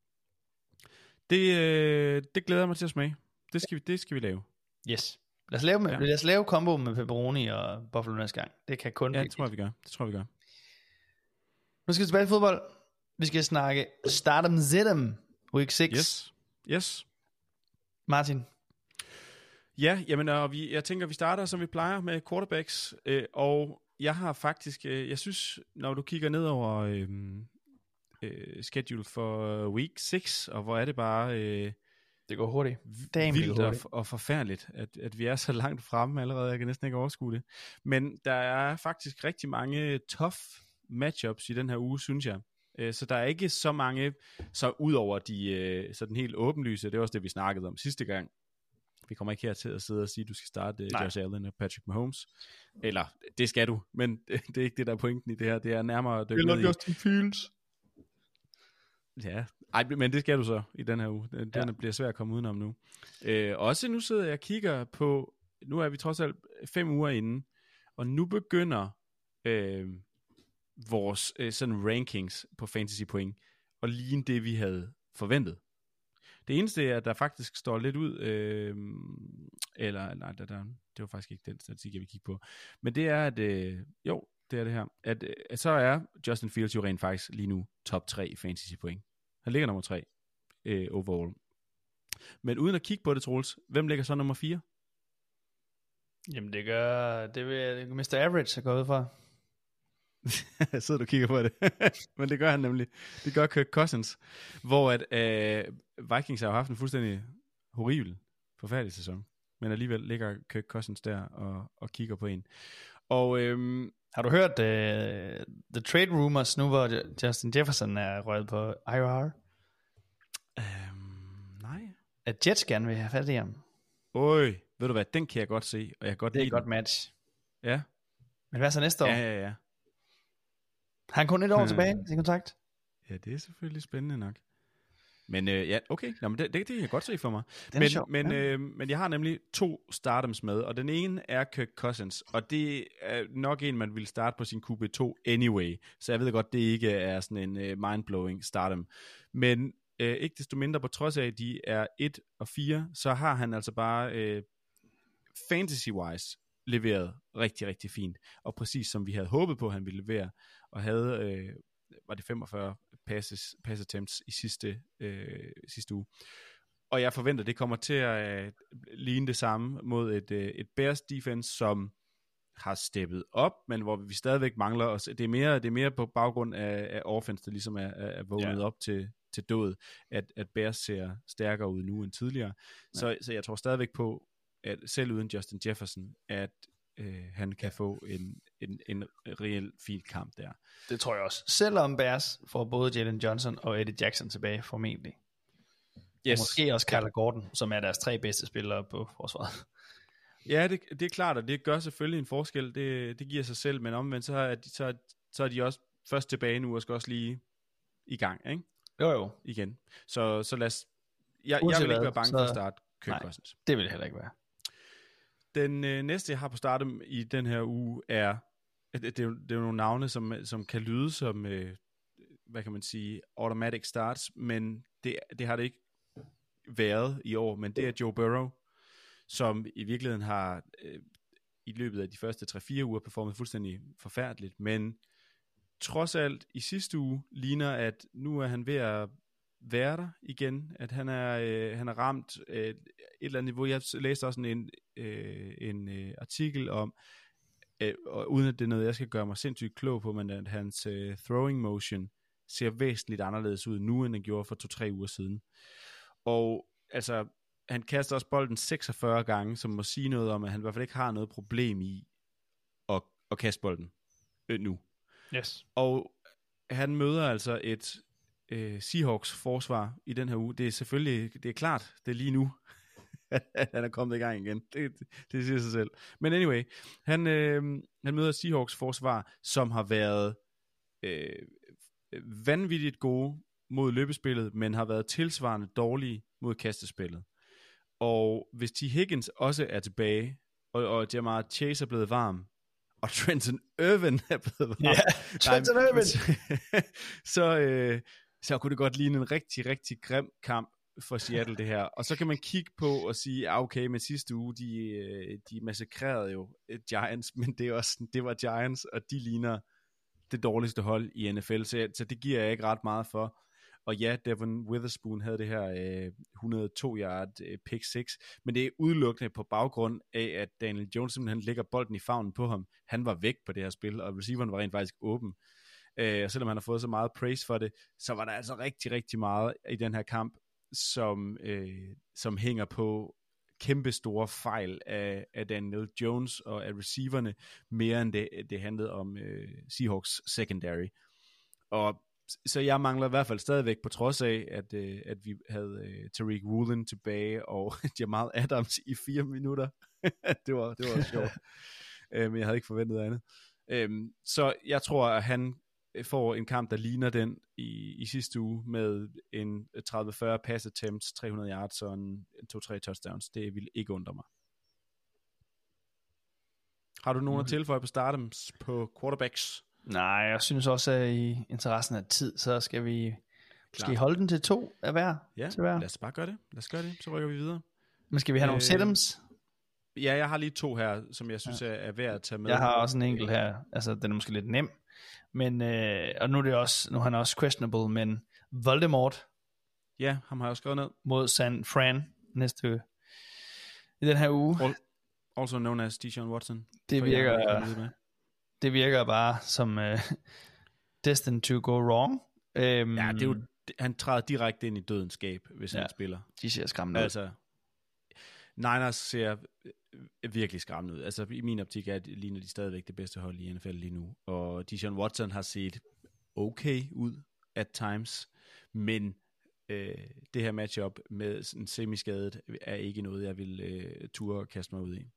S2: Det glæder mig til at smage. Det skal vi lave.
S1: Yes. Lad os lave combo med pepperoni og buffalo næste gang. Det kan kun
S2: Ja,
S1: blive
S2: det tror vi gør.
S1: Nu skal vi tilbage til fodbold. Vi skal snakke Stardom Zedem Week 6.
S2: Yes.
S1: Martin.
S2: Ja, jamen, jeg tænker, vi starter, som vi plejer, med quarterbacks. Og jeg har faktisk, jeg synes, når du kigger ned over schedule for week 6, og hvor er det bare
S1: Det går hurtigt.
S2: vildt og forfærdeligt, at vi er så langt fremme allerede. Jeg kan næsten ikke overskue det. Men der er faktisk rigtig mange tough matchups i den her uge, synes jeg. Så der er ikke så mange, så ud over de sådan helt åbenlyse, det er også det, vi snakkede om sidste gang. Vi kommer ikke her til at sidde og sige, at du skal starte Josh Allen og Patrick Mahomes. Eller, det skal du, men det er ikke det, der er pointen i det her. Det er nærmere at dykke ned i.
S1: Justin Fields.
S2: Ja, men det skal du så i den her uge. Den bliver svær at komme udenom nu. Også nu sidder jeg og kigger på, nu er vi trods alt 5 uger inde, og nu begynder vores sådan rankings på fantasy point og ligne det, vi havde forventet. Det eneste er, at der faktisk står lidt ud, eller nej, det var faktisk ikke den statistik, jeg vil kigge på, men det er, at det er det her, at så er Justin Fields jo rent faktisk lige nu top 3 i fantasy point. Han ligger nummer 3 overall. Men uden at kigge på det, Troels, hvem ligger så nummer 4?
S1: Jamen det vil Mr. Average gå ud fra.
S2: Jeg sidder og kigger på det. Men det gør han nemlig. Det gør Kirk Cousins. Hvor at Vikings har haft en fuldstændig horribel, forfærdelig sæson. Men alligevel ligger Kirk Cousins der og kigger på en. Og
S1: har du hørt the trade rumors nu, hvor Justin Jefferson er røget på IR?
S2: Nej.
S1: At Jets gerne vil have fat i ham.
S2: Ved du hvad, den kan jeg godt se. Og jeg kan godt
S1: det er
S2: lide
S1: et godt
S2: den.
S1: match.
S2: Ja.
S1: Men hvad så næste år?
S2: Ja.
S1: Har han kun et år tilbage i sin kontrakt?
S2: Ja, det er selvfølgelig spændende nok. Men ja, okay. Nå, men det kan jeg godt se for mig. Men jeg har nemlig 2 startums med, og den ene er Kirk Cousins, og det er nok en, man vil starte på sin QB2 anyway, så jeg ved godt, det ikke er sådan en mindblowing startum. Men ikke desto mindre, på trods af, at de er 1 og 4, så har han altså bare fantasy-wise leveret rigtig, rigtig fint, og præcis som vi havde håbet på, han ville levere, og havde, var det 45 pass attempts i sidste uge. Og jeg forventer, det kommer til at ligne det samme mod et Bears defense, som har steppet op, men hvor vi stadigvæk mangler os. Det er mere på baggrund af offense, der ligesom er vågnet op til død, at Bears ser stærkere ud nu end tidligere. Så jeg tror stadigvæk på, at selv uden Justin Jefferson, at han kan få en reel fin kamp der.
S1: Det tror jeg også. Selvom Bears får både Jalen Johnson og Eddie Jackson tilbage formentlig. Yes. Og måske også Kyler Gordon, som er deres 3 bedste spillere på forsvaret.
S2: Ja, det er klart, og det gør selvfølgelig en forskel. Det giver sig selv, men omvendt så er de også først tilbage nu og skal også lige i gang, ikke?
S1: Jo.
S2: Igen. Så lad os... Jeg vil ikke være bange for at starte Kirk Cousins.
S1: Det vil det heller ikke være.
S2: Den næste, jeg har på starten i den her uge, er jo nogle navne, som kan lyde som, hvad kan man sige, automatic starts, men det har det ikke været i år, men det er Joe Burrow, som i virkeligheden har i løbet af de første 3-4 uger performet fuldstændig forfærdeligt, men trods alt i sidste uge ligner, at nu er han ved at være der igen, at han er ramt et eller andet niveau. Jeg læste også en artikel om, og uden at det er noget, jeg skal gøre mig sindssygt klog på, men at hans throwing motion ser væsentligt anderledes ud nu, end den gjorde for 2-3 uger siden. Og altså, han kaster også bolden 46 gange, som må sige noget om, at han i hvert fald ikke har noget problem i at kaste bolden nu.
S1: Yes.
S2: Og han møder altså et Seahawks forsvar i den her uge. Det er selvfølgelig, det er klart, det er lige nu, han er kommet i gang igen. Det siger sig selv. Men anyway, han møder Seahawks forsvar, som har været vanvittigt gode mod løbespillet, men har været tilsvarende dårlige mod kastespillet. Og hvis T. Higgins også er tilbage, og Jamar Chase er blevet varm, og Trenton Irwin er blevet varm,
S1: Trenton Irwin!
S2: så kunne det godt ligne en rigtig, rigtig grim kamp for Seattle det her. Og så kan man kigge på og sige, okay, med sidste uge, de massakrerede jo Giants, men det var Giants, og de ligner det dårligste hold i NFL, så det giver jeg ikke ret meget for. Og ja, Devon Witherspoon havde det her 102-yard pick 6, men det er udelukkende på baggrund af, at Daniel Jones simpelthen lægger bolden i favnen på ham. Han var væk på det her spil, og receiveren var rent faktisk åben. Og selvom han har fået så meget praise for det, så var der altså rigtig, rigtig meget i den her kamp, som hænger på kæmpe store fejl af Daniel Jones og af receiverne, mere end det handlede om Seahawks secondary. Og så jeg mangler i hvert fald stadigvæk, på trods af, at vi havde Tariq Woolen tilbage og Jamal Adams i 4 minutter. det var sjovt. Men jeg havde ikke forventet andet. Så jeg tror, at han får en kamp, der ligner den i sidste uge, med en 30-40 pass attempts, 300 yards og en 2-3 touchdowns. Det vil ikke undre mig. Har du nogen at tilføje på startums på quarterbacks?
S1: Nej, jeg synes også, at i interessen af tid, så skal vi holde den til 2 af hver.
S2: Ja,
S1: til hver.
S2: Lad os bare gøre det. Så rykker vi videre.
S1: Men skal vi have nogle setums?
S2: Ja, jeg har lige 2 her, som jeg synes er værd at tage med.
S1: Jeg har også en enkelt her. Altså, den er måske lidt nem. Men, og nu er han også questionable, men Voldemort.
S2: Ja, ham har jeg også skrevet ned.
S1: Mod San Fran næste i den her uge.
S2: Also known as Deshaun Watson.
S1: Det virker bare som destined to go wrong.
S2: Ja, det er jo, han træder direkte ind i dødens skab, hvis han spiller.
S1: De ser skræmmende ud.
S2: Altså, Niners ser virkelig skræmmende ud. Altså, i min optik ligner de stadigvæk det bedste hold i NFL lige nu. Og Deshaun Watson har set okay ud at times, men det her matchup med sådan semiskadet er ikke noget, jeg vil turde kaste mig ud i.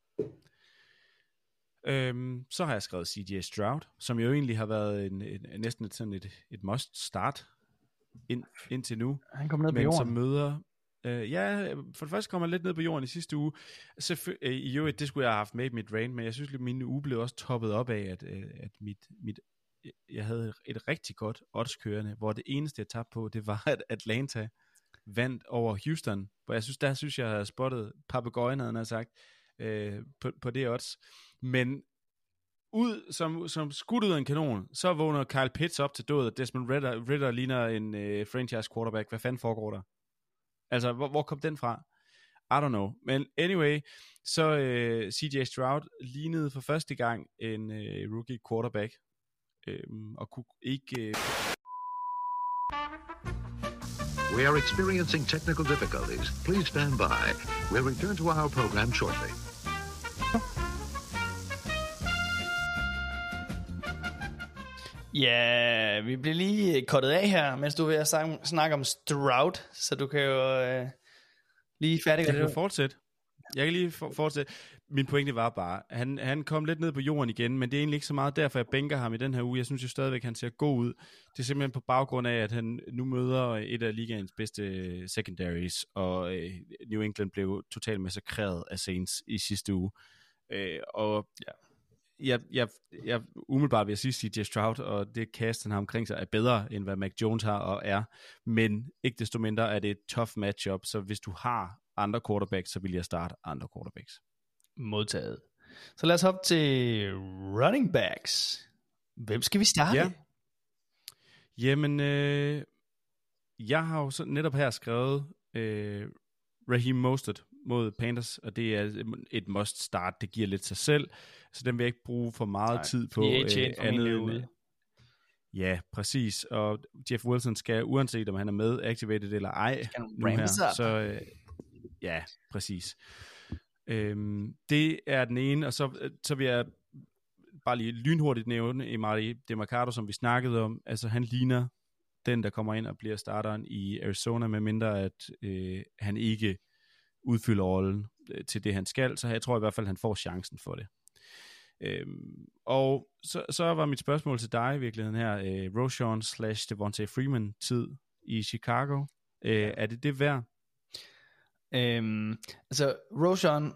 S2: Så har jeg skrevet CJ Stroud, som jo egentlig har været næsten et must start indtil nu.
S1: Han kom ned på jorden.
S2: Men som møder... for det første kom han lidt ned på jorden i sidste uge. I øvrigt, det skulle jeg have haft med i mit rain, men jeg synes, at min uge blev også toppet op af, at jeg havde et rigtig godt odds kørende, hvor det eneste, jeg tabte på, det var, at Atlanta vandt over Houston. Hvor jeg synes, jeg havde spottet papegøjen, havde han sagt, på det odds. Men som skudt ud af en kanon, så vågner Kyle Pitts op til død, og Desmond Ridder ligner en franchise quarterback. Hvad fanden foregår der? Altså, hvor kom den fra? I don't know. Men anyway, så CJ Stroud lignede for første gang en rookie quarterback, og kunne ikke...
S3: We are experiencing technical difficulties. Please stand by. We'll return to our program shortly.
S1: Ja, vi bliver lige kottet af her, mens du er ved at snakke om Stroud, så du kan jo lige færdiggøre det.
S2: Jeg kan lige fortsætte. Min pointe var bare, han kom lidt ned på jorden igen, men det er egentlig ikke så meget derfor, jeg bænker ham i den her uge. Jeg synes jo stadigvæk, han ser god ud. Det er simpelthen på baggrund af, at han nu møder et af ligaens bedste secondaries, og New England blev totalt massakreret af Saints i sidste uge. Og jeg umiddelbart vil jeg sige, CJ Stroud og det cast, han har omkring sig, er bedre, end hvad Mac Jones har og er. Men ikke desto mindre er det et tough matchup, så hvis du har andre quarterbacks, så vil jeg starte andre quarterbacks.
S1: Modtaget. Så lad os hoppe til running backs. Hvem skal vi starte?
S2: Ja. Jamen, jeg har jo så netop her skrevet Raheem Mostert mod Panthers, og det er et must start. Det giver lidt sig selv, så den vil jeg ikke bruge for meget tid på andet. Ja, præcis. Og Jeff Wilson skal, uanset om han er med, activated eller ej, nu her, Ja, præcis. Det er den ene, og så vil jeg bare lige lynhurtigt nævne Emari Demercado, som vi snakkede om. Altså han ligner den, der kommer ind og bliver starteren i Arizona, medmindre at han ikke udfylder rollen til det, han skal. Så jeg tror i hvert fald, han får chancen for det. Og så var mit spørgsmål til dig i virkeligheden her, Roschon / Devontae Freeman tid i Chicago. Er det værd?
S1: Altså Roschon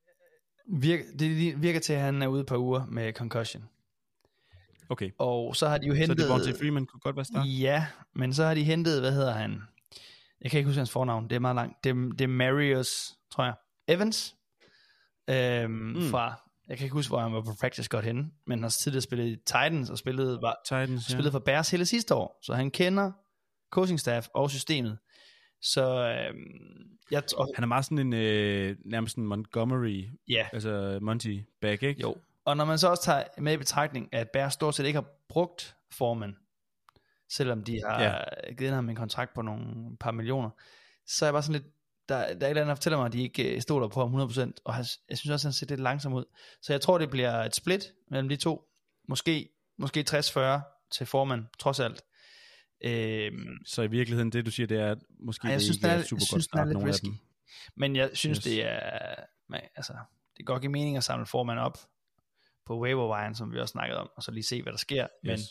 S1: virker til, at han er ude på uger med concussion.
S2: Okay.
S1: Og så har de jo hentet...
S2: Så Devontae Freeman kunne godt være start?
S1: Ja, men så har de hentet, hvad hedder han? Jeg kan ikke huske hans fornavn, det er meget langt. Det er Marius, tror jeg. Evans. Fra... Jeg kan ikke huske, hvor han var på practice godt henne, men han har tidligere spillet i Titans og spillet for Bears hele sidste år, så han kender coaching staff og systemet. Så
S2: han er meget sådan en nærmest en Montgomery, altså Monty back, ikke?
S1: Jo. Og når man så også tager med i betragtning, at Bears stort set ikke har brugt Foreman, selvom de har givet ham en kontrakt på nogle par millioner, så er jeg bare sådan lidt, der er et eller andet, der fortæller mig, at de ikke stoler på ham 100%, og jeg synes også, at han ser lidt langsom ud. Så jeg tror, det bliver et split mellem de to. Måske 60-40 til Foreman, trods alt.
S2: Så i virkeligheden, det du siger, det er, at måske
S1: det
S2: ikke er super godt start nogen
S1: risky.
S2: af dem.
S1: Men jeg synes, det er, altså, det går ikke mening at samle Foreman op på waiver-wire, som vi også snakkede om, og så lige se, hvad der sker. Men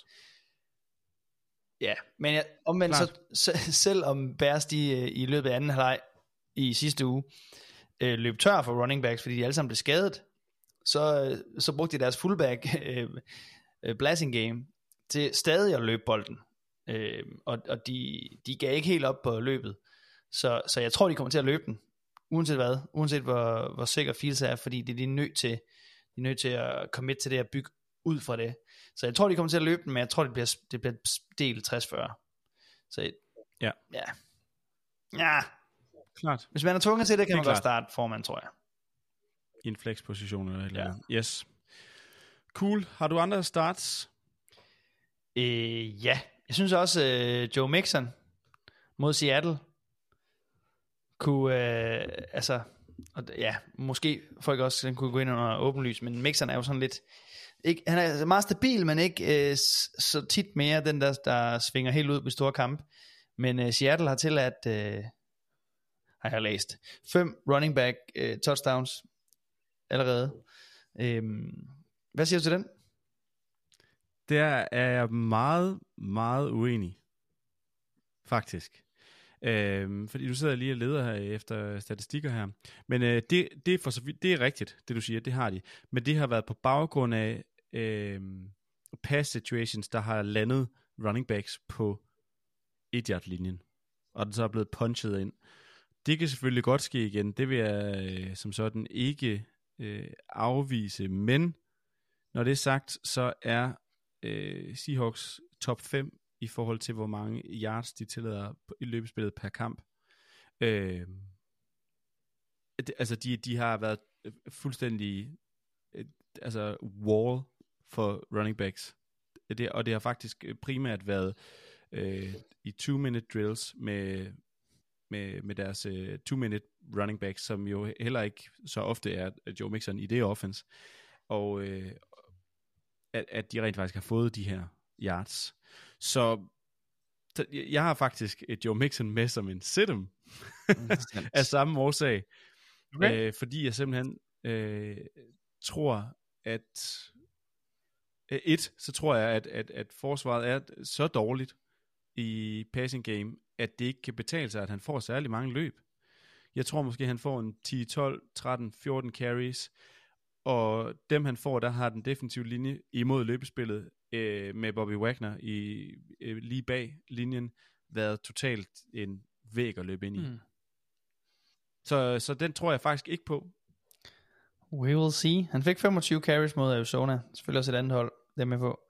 S1: men omvendt så selvom Bears de i løbet af anden halvleg i sidste uge løb tør for running backs, fordi de alle sammen blev skadet, så brugte de deres fullback blessing game til stadig at løbe bolden, og de gav ikke helt op på løbet, så jeg tror de kommer til at løbe den uanset hvor sikker Fields er, fordi de er nødt til at commit til det at bygge ud fra det. Så jeg tror de kommer til at løbe den, men jeg tror det bliver delt 60-40. Så ja.
S2: Klart.
S1: Hvis man er tvunget til det, kan man godt starte Foreman, tror jeg.
S2: I en flex-position eller et eller andet. Yes. Cool. Har du andre starts?
S1: Ja. Jeg synes også, Joe Mixon mod Seattle kunne, måske folk også kunne gå ind under åbenlys, men Mixon er jo sådan lidt, ikke, han er meget stabil, men ikke så tit mere den der svinger helt ud på store kamp. Men Seattle har tilladt, har jeg læst, 5 running back touchdowns allerede. Hvad siger du til den?
S2: Der er jeg meget, meget uenig. Faktisk. Fordi du sidder lige og leder her efter statistikker her. Men det er for så vidt, det er rigtigt, det du siger, det har de. Men det har været på baggrund af pass situations, der har landet running backs på 1-yard-linjen. Og den så er blevet punchet ind. Det kan selvfølgelig godt ske igen. Det vil jeg som sådan ikke afvise. Men når det er sagt, så er Seahawks top 5 i forhold til, hvor mange yards de tillader i løbespillet per kamp. Altså de har været fuldstændig wall for running backs. Og det har faktisk primært været i 2-minute drills med deres 2-minute running backs, som jo heller ikke så ofte er Joe Mixon i det offense. Og at de rent faktisk har fået de her yards. Så jeg har faktisk et Joe Mixon med som en sit-em af samme årsag. Okay. Fordi jeg simpelthen tror, så tror jeg, at forsvaret er så dårligt i passing game, at det ikke kan betale sig, at han får særlig mange løb. Jeg tror måske, han får en 10, 12, 13, 14 carries, og dem han får, der har den defensive linje imod løbespillet med Bobby Wagner lige bag linjen været totalt en væg at løbe ind i. Så den tror jeg faktisk ikke på.
S1: We will see. Han fik 25 carries mod Arizona. Selvfølgelig også et andet hold, det er med på.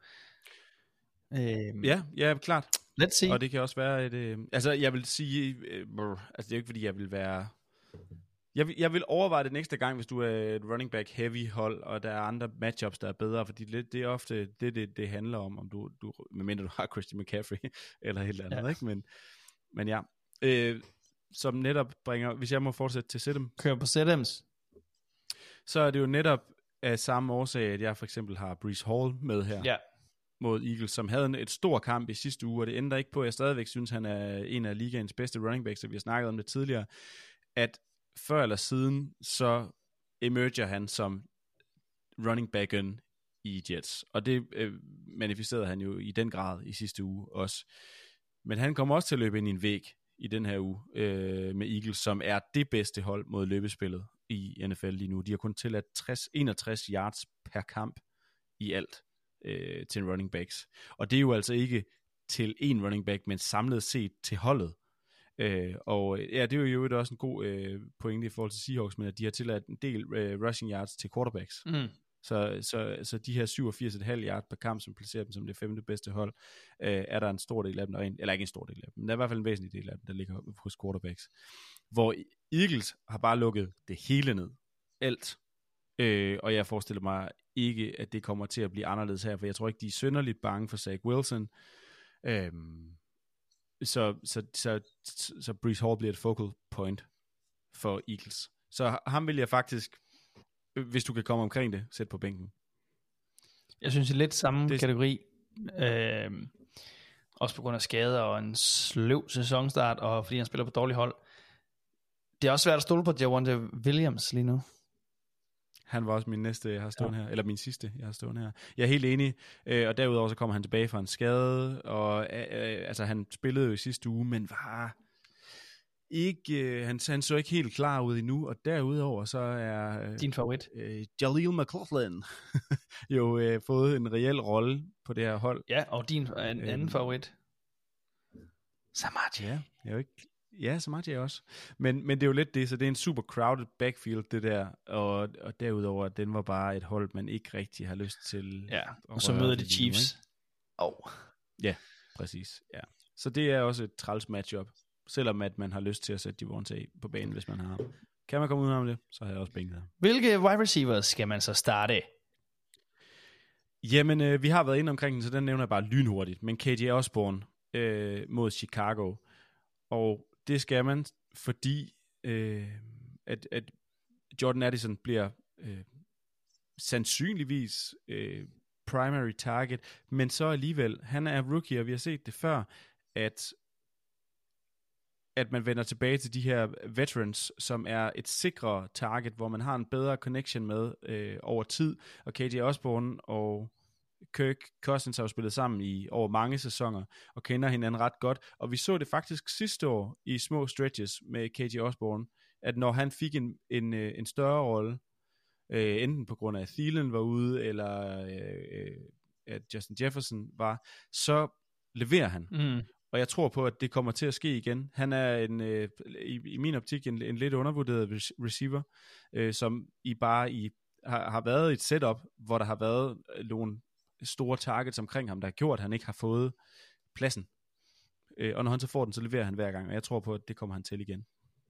S2: Ja, klart.
S1: Let's see.
S2: Og det kan også være jeg vil sige, det er ikke fordi jeg vil være... Jeg vil overveje det næste gang, hvis du er et running back heavy hold, og der er andre matchups, der er bedre, fordi det er ofte det handler om du medmindre du har Christian McCaffrey eller et eller andet, ikke? Men ja. som netop bringer, hvis jeg må fortsætte til Sidem,
S1: Kører på Siddems.
S2: så er det jo netop af samme årsag, at jeg for eksempel har Breece Hall med her.
S1: Ja.
S2: Mod Eagles, som havde et stor kamp i sidste uge, og det ændrer ikke på, at jeg stadigvæk synes, han er en af ligaens bedste running backs, og vi har snakket om det tidligere, at før eller siden, så emerger han som running backen i Jets, og det manifesterede han jo i den grad i sidste uge også. Men han kommer også til at løbe ind i en væg i den her uge med Eagles, som er det bedste hold mod løbespillet i NFL lige nu. De har kun tilladt 61 yards per kamp i alt til en running backs. Og det er jo altså ikke til en running back, men samlet set til holdet. Og ja, det er jo også en god pointe i forhold til Seahawks, men at de har tilladt en del rushing yards til quarterbacks. Så de her 87,5 yards per kamp, som placerer dem som det 5. bedste hold, er der en stor del af dem, eller ikke en stor del af dem, men der er i hvert fald en væsentlig del af dem, der ligger hos quarterbacks. Hvor Eagles har bare lukket det hele ned. Alt. Og jeg forestiller mig ikke, at det kommer til at blive anderledes her, for jeg tror ikke, de er synderligt bange for Zach Wilson. Så Breece Hall bliver et focal point for Eagles. Så ham vil jeg faktisk, hvis du kan komme omkring det, sætte på bænken.
S1: Jeg synes, det er lidt samme kategori. Også på grund af skader og en sløv sæsonstart, og fordi han spiller på dårligt hold. Det er også svært at stole på Javonte Williams lige nu.
S2: Han var også min næste, jeg har stående her, eller min sidste, jeg har stående her. Jeg er helt enig, og derudover så kommer han tilbage fra en skade, og altså han spillede jo i sidste uge, men var ikke, han så ikke helt klar ud endnu, og derudover så er
S1: din favorit,
S2: Jaleel McLaughlin, jo fået en reel rolle på det her hold.
S1: Ja, og din anden favorit, Samaje.
S2: Ja, jeg er jo ikke. Ja, Samaje også. Men det er jo lidt det, så det er en super crowded backfield, det der, og derudover, den var bare et hold, man ikke rigtig har lyst til.
S1: Ja, og så møder de Chiefs.
S2: Ja, præcis. Ja. Så det er også et træls matchup, selvom at man har lyst til at sætte Javonte på banen, hvis man har ham. Kan man komme ud af det, så har jeg også bænket ham.
S1: Hvilke wide receivers skal man så starte?
S2: Jamen, vi har været inde omkring den, så den nævner jeg bare lynhurtigt, men KJ Osborne mod Chicago, og det skal man, fordi at Jordan Addison bliver sandsynligvis primary target, men så alligevel, han er rookie, og vi har set det før, at man vender tilbage til de her veterans, som er et sikrere target, hvor man har en bedre connection med over tid, og KJ Osborne og Kirk Cousins har jo spillet sammen i over mange sæsoner, og kender hinanden ret godt, og vi så det faktisk sidste år i små stretches med KJ Osborne, at når han fik en større rolle, enten på grund af at Thielen var ude, eller at Justin Jefferson var, så leverer han. Og jeg tror på, at det kommer til at ske igen. Han er i min optik en lidt undervurderet receiver, som har været i et setup, hvor der har været nogle store targets omkring ham, der har gjort, at han ikke har fået pladsen. Og når han så får den, så leverer han hver gang, og jeg tror på, at det kommer han til igen.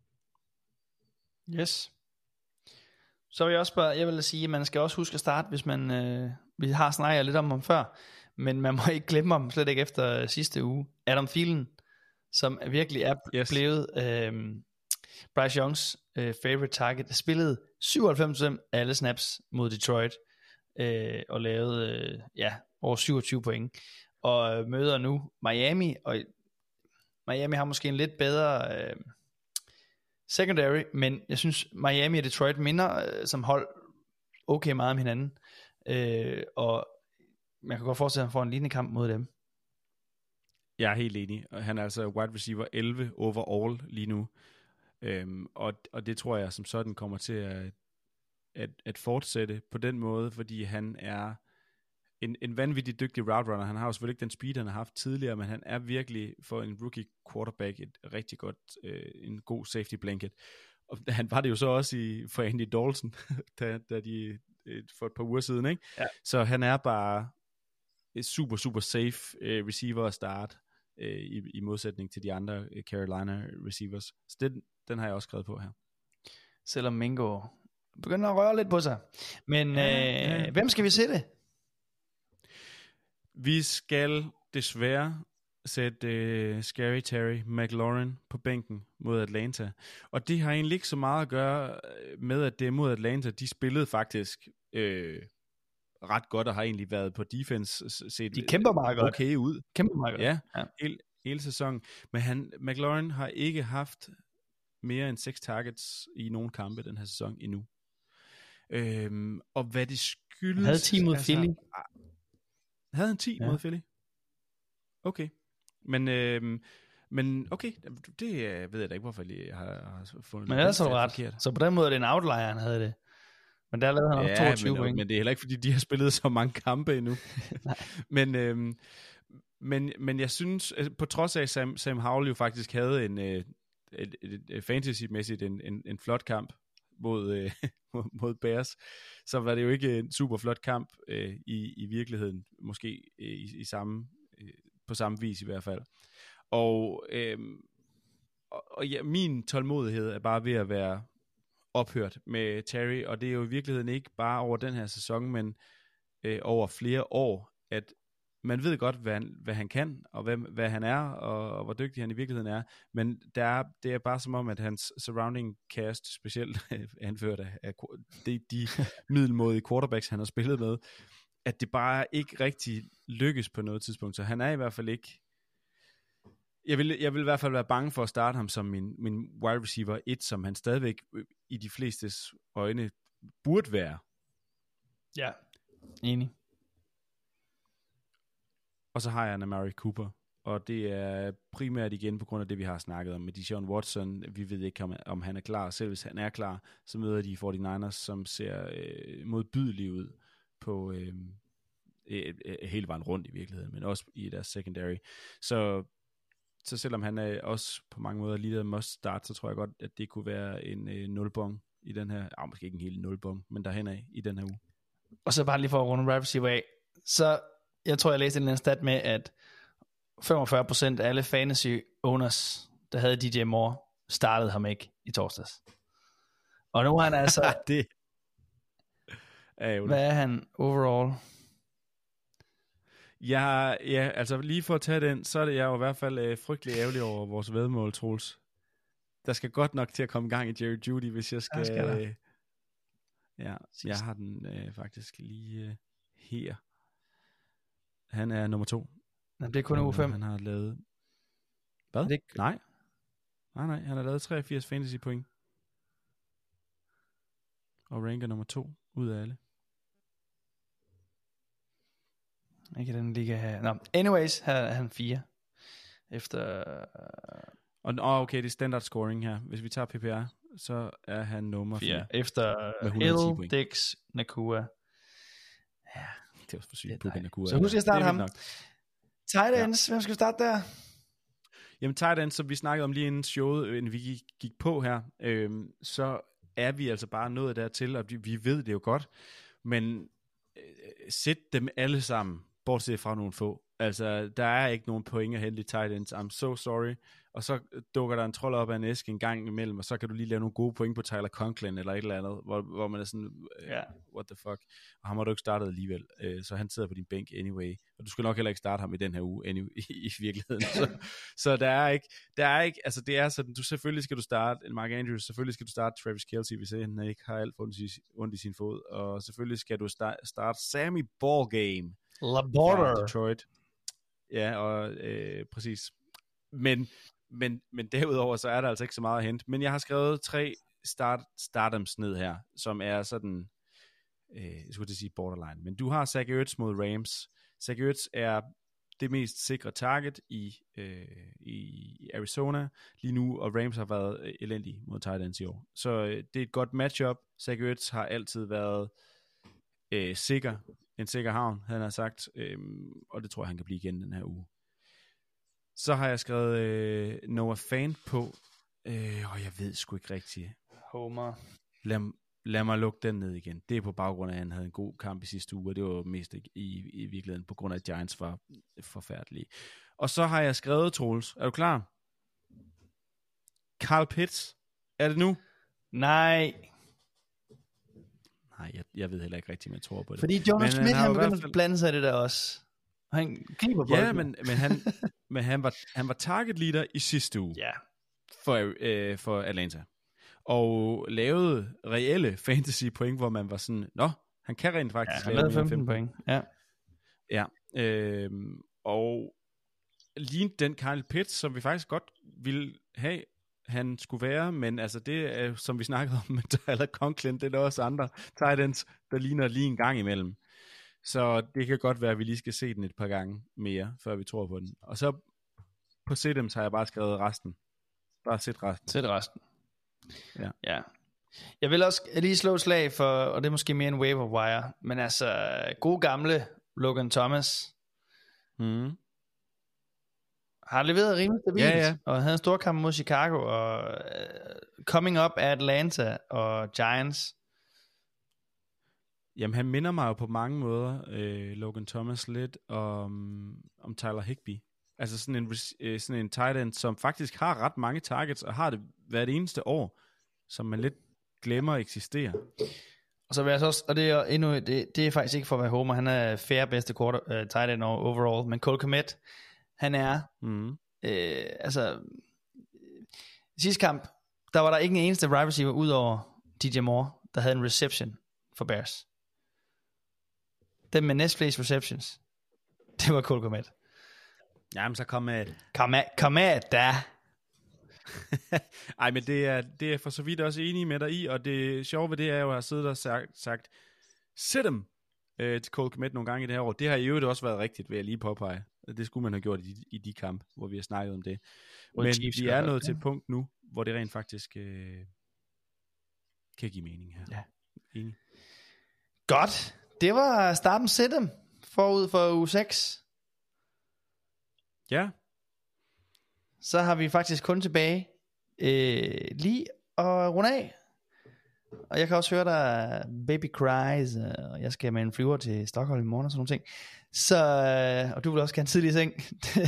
S1: Yes. Så vil jeg også jeg vil sige, at man skal også huske at starte, hvis man, vi har snakket lidt om ham før, men man må ikke glemme ham, slet ikke efter sidste uge. Adam Thielen, som virkelig er blevet Bryce Youngs favorite target, spillede 97% af alle snaps mod Detroit, og lavede over 27 point, og møder nu Miami, og Miami har måske en lidt bedre secondary, men jeg synes Miami og Detroit minder som hold okay meget om hinanden, og man kan godt forestille, at han får en lignende kamp mod dem.
S2: Jeg er helt enig, og han er altså wide receiver 11 overall lige nu, og det tror jeg som sådan kommer til at fortsætte på den måde, fordi han er en vanvittig dygtig route runner. Han har jo selvfølgelig ikke den speed, han har haft tidligere, men han er virkelig for en rookie quarterback et rigtig godt, en god safety blanket. Og han var det jo så også for Andy Dalton, da de for et par uger siden, ikke? Ja. Så han er bare et super, super safe receiver at starte, i modsætning til de andre Carolina receivers. Så den har jeg også skrevet på her.
S1: Selvom Mingo begynder at røre lidt på sig. Men hvem skal vi sætte?
S2: Vi skal desværre sætte Scary Terry McLaurin på bænken mod Atlanta. Og det har egentlig ikke så meget at gøre med, at det er mod Atlanta. De spillede faktisk ret godt, og har egentlig været på defense set
S1: De kæmper meget godt.
S2: okay ud.
S1: Kæmper meget godt.
S2: Ja. Hele sæsonen. Men McLaurin har ikke haft mere end 6 targets i nogen kampe den her sæson endnu. Og hvad det skyldes...
S1: Han havde 10 mod Philly.
S2: Havde han 10 mod Philly? Okay. Men okay, det ved jeg da ikke, hvorfor jeg har fundet.
S1: Men ellers er du ret. Forkert. Så på den måde er det en outlier, han havde det. Men der lavede han også 22 point.
S2: Men det er heller ikke, fordi de har spillet så mange kampe endnu. men jeg synes, på trods af, at Sam Howell jo faktisk havde en fantasy-mæssigt en flot kamp mod Bears, så var det jo ikke en super flot kamp i virkeligheden, måske på samme vis i hvert fald. Og ja, min tålmodighed er bare ved at være ophørt med Terry, og det er jo i virkeligheden ikke bare over den her sæson, men over flere år, at man ved godt, hvad han kan, og hvad han er, og hvor dygtig han i virkeligheden er, men det er bare som om, at hans surrounding cast, specielt anført af de middelmådige quarterbacks, han har spillet med, at det bare ikke rigtig lykkes på noget tidspunkt, så han er i hvert fald ikke... Jeg vil i hvert fald være bange for at starte ham som min wide receiver 1, som han stadigvæk i de flestes øjne burde være.
S1: Ja, enig.
S2: Og så har jeg en Amari Cooper, og det er primært igen på grund af det, vi har snakket om med Deshaun Watson. Vi ved ikke, om han er klar. Selv hvis han er klar, så møder de 49ers, som ser modbydelige ud på hele vejen rundt i virkeligheden, men også i deres secondary. Så selvom han er også på mange måder lige der must start, så tror jeg godt, at det kunne være en nulbong i den her, måske ikke en hel nulbong, men derhen af i den her uge.
S1: Og så bare lige for at runde wide receiver af, så jeg tror, jeg læste en eller anden stat med, at 45% af alle fantasy owners, der havde DJ Moore, startede ham ikke i torsdags. Og nu er han altså...
S2: det
S1: hvad er han overall?
S2: Ja, altså lige for at tage den, så er det jeg jo i hvert fald frygtelig ærgerlig over vores væddemål, Troels. Der skal godt nok til at komme i gang i Jerry Jeudy, hvis jeg skal... jeg har den faktisk lige her. Han er nummer 2.
S1: Det er kun uge 5.
S2: Han har lavet... Hvad?
S1: Det...
S2: Nej, han har lavet 83 fantasy point. Og ranker nummer 2 ud af alle.
S1: Ikke den liga her. Nå, anyways, her er han 4. Efter...
S2: Okay, det er standard scoring her. Hvis vi tager PPR, så er han nummer 4.
S1: Efter Hill, Dix, Nakua. Ja.
S2: Det er også for sygt, Puka Nakua.
S1: Så husk at starte ham. Tight ends, hvem skal vi starte der?
S2: Jamen tight ends, som vi snakkede om lige inden showet, inden vi gik på her, så er vi altså bare nået dertil, og vi ved det jo godt, men sæt dem alle sammen, bortset fra nogle få. Altså, der er ikke nogen point at hente i tight ends. I'm so sorry. Og så dukker der en trold op af en æske en gang imellem, og så kan du lige lave nogle gode point på Tyler Conklin eller et eller andet, hvor man er sådan, what the fuck. Og han har du ikke startet alligevel, så han sidder på din bænk anyway. Og du skal nok heller ikke starte ham i den her uge i virkeligheden. Så der er ikke, altså det er sådan, selvfølgelig skal du starte Mark Andrews, selvfølgelig skal du starte Travis Kelce, hvis han ikke har alt ondt i sin fod, og selvfølgelig skal du starte Sammy Ballgame
S1: Laborder
S2: Detroit. Ja, og præcis. Men derudover, så er der altså ikke så meget at hente. Men jeg har skrevet 3 startums ned her, som er sådan, jeg skulle sige borderline. Men du har Zach Ertz mod Rams. Zach Ertz er det mest sikre target i Arizona lige nu, og Rams har været elendige mod tight ends i år. Så det er et godt matchup. Zach Ertz har altid været en sikker havn, han har sagt, og det tror jeg, han kan blive igen den her uge. Så har jeg skrevet Noah Fant på, og jeg ved sgu ikke rigtigt.
S1: Homer.
S2: Lad mig lukke den ned igen. Det er på baggrund af, at han havde en god kamp i sidste uge, og det var mest i virkeligheden på grund af, at Giants var forfærdelige. Og så har jeg skrevet, Troels, er du klar? Carl Pitts, er det nu?
S1: Nej,
S2: jeg ved heller ikke rigtigt, om jeg tror på det.
S1: fordi Jonas Smith, han begynder at blande sig i det der også. Han griber bolden.
S2: Ja, men han var target leader i sidste uge for Atlanta. Og lavede reelle fantasy point, hvor man var sådan, han kan rent faktisk
S1: lave mere 15 point.
S2: Ja, og lignede den Kyle Pitts, som vi faktisk godt ville have, han skulle være, men altså det er, som vi snakkede om med Tyler Conklin, det er også andre tight ends, der ligner lige en gang imellem. Så det kan godt være, at vi lige skal se den et par gange mere, før vi tror på den. Og så på Sidems har jeg bare skrevet resten. Bare sæt resten.
S1: Sæt resten.
S2: Ja.
S1: Jeg vil også lige slå et slag for, og det er måske mere en waiver wire, men altså god gamle Logan Thomas har leveret rimelig stabilt, og havde en stor kamp mod Chicago, og coming up af Atlanta og Giants.
S2: Jamen han minder mig jo på mange måder, Logan Thomas, lidt om Tyler Higbee. Altså sådan en tight end, som faktisk har ret mange targets, og har det hvert eneste år, som man lidt glemmer eksisterer.
S1: Og så vil jeg så også, og det er endnu, det er faktisk ikke for at være homer, han er fair bedste tight end overall, men Cole Kmet, han er, altså, sidste kamp, der var der ikke en eneste wide receiver ud over DJ Moore, der havde en reception for Bears. Den med næstflest receptions, det var Cole Kmet.
S2: Jamen så kom med
S1: da.
S2: Ej, men det er for så vidt også enig med dig i, og det sjove ved det er jo at have siddet og sagt sæt dem til Cole Kmet nogle gange i det her år. Det har i øvrigt også været rigtigt, vil jeg lige påpege. Det skulle man have gjort i de kampe, hvor vi har snakket om det. Men vi er nået til et punkt nu, hvor det rent faktisk kan give mening her.
S1: Ja.
S2: Enig.
S1: Godt. Det var starten sæt dem forud for uge 6.
S2: Ja.
S1: Så har vi faktisk kun tilbage lige at runde af. Og jeg kan også høre der baby cries, og jeg skal med en flyver til Stockholm i morgen og sådan nogle ting. Så, og du vil også gerne tidlig i seng.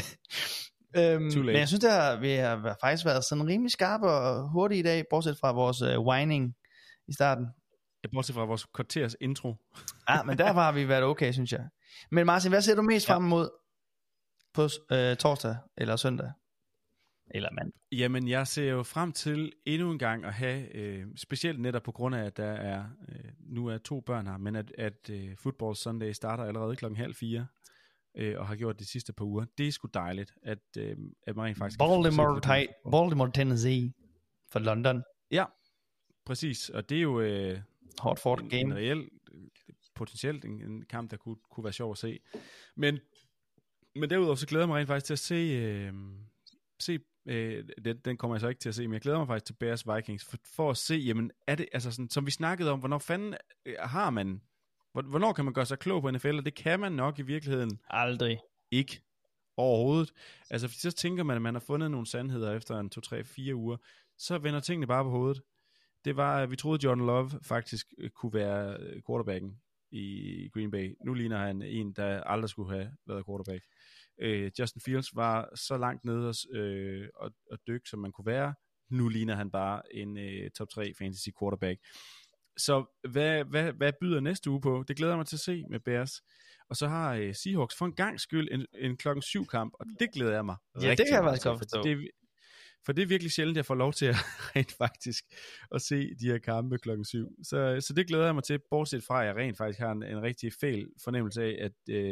S1: Men jeg synes, vi har faktisk været sådan rimelig skarpe og hurtige i dag, bortset fra vores whining i starten.
S2: Bortset fra vores kvarters intro.
S1: Men derfor har vi været okay, synes jeg. Men Martin, hvad ser du mest frem mod på torsdag eller søndag? Eller mandag?
S2: Jamen, jeg ser jo frem til endnu en gang at have, specielt netop på grund af, at der er, nu er 2 børn her, men at Football Sunday starter allerede 3:30, og har gjort de sidste par uger. Det er sgu dejligt, at man rent faktisk...
S1: Baltimore, Tennessee for London.
S2: Ja, præcis, og det er jo
S1: Hard fought game.
S2: En reel, potentielt en kamp, der kunne være sjov at se. Men derudover så glæder jeg mig rent faktisk til at se den kommer jeg så ikke til at se, men jeg glæder mig faktisk til Bears Vikings, for at se, jamen er det, altså sådan, som vi snakkede om, hvornår fanden har man, hvornår kan man gøre sig klog på NFL, og det kan man nok i virkeligheden
S1: aldrig.
S2: Ikke overhovedet. Altså så tænker man, at man har fundet nogle sandheder efter en 2, 3, 4 uger, så vender tingene bare på hovedet. Det var, vi troede Jordan Love faktisk kunne være quarterbacken i Green Bay. Nu ligner han en, der aldrig skulle have været quarterback. Justin Fields var så langt nede og dykke, som man kunne være. Nu ligner han bare en top 3 fantasy quarterback. Så hvad byder næste uge på? Det glæder jeg mig til at se med Bears. Og så har Seahawks for en gang skyld en klokken 7 kamp, og det glæder jeg mig rigtig.
S1: Det kan jeg faktisk godt forstå.
S2: For det er virkelig sjældent, jeg får lov til at rent faktisk at se de her kampe klokken 7. Så det glæder jeg mig til, bortset fra, at jeg rent faktisk har en rigtig fæl fornemmelse af,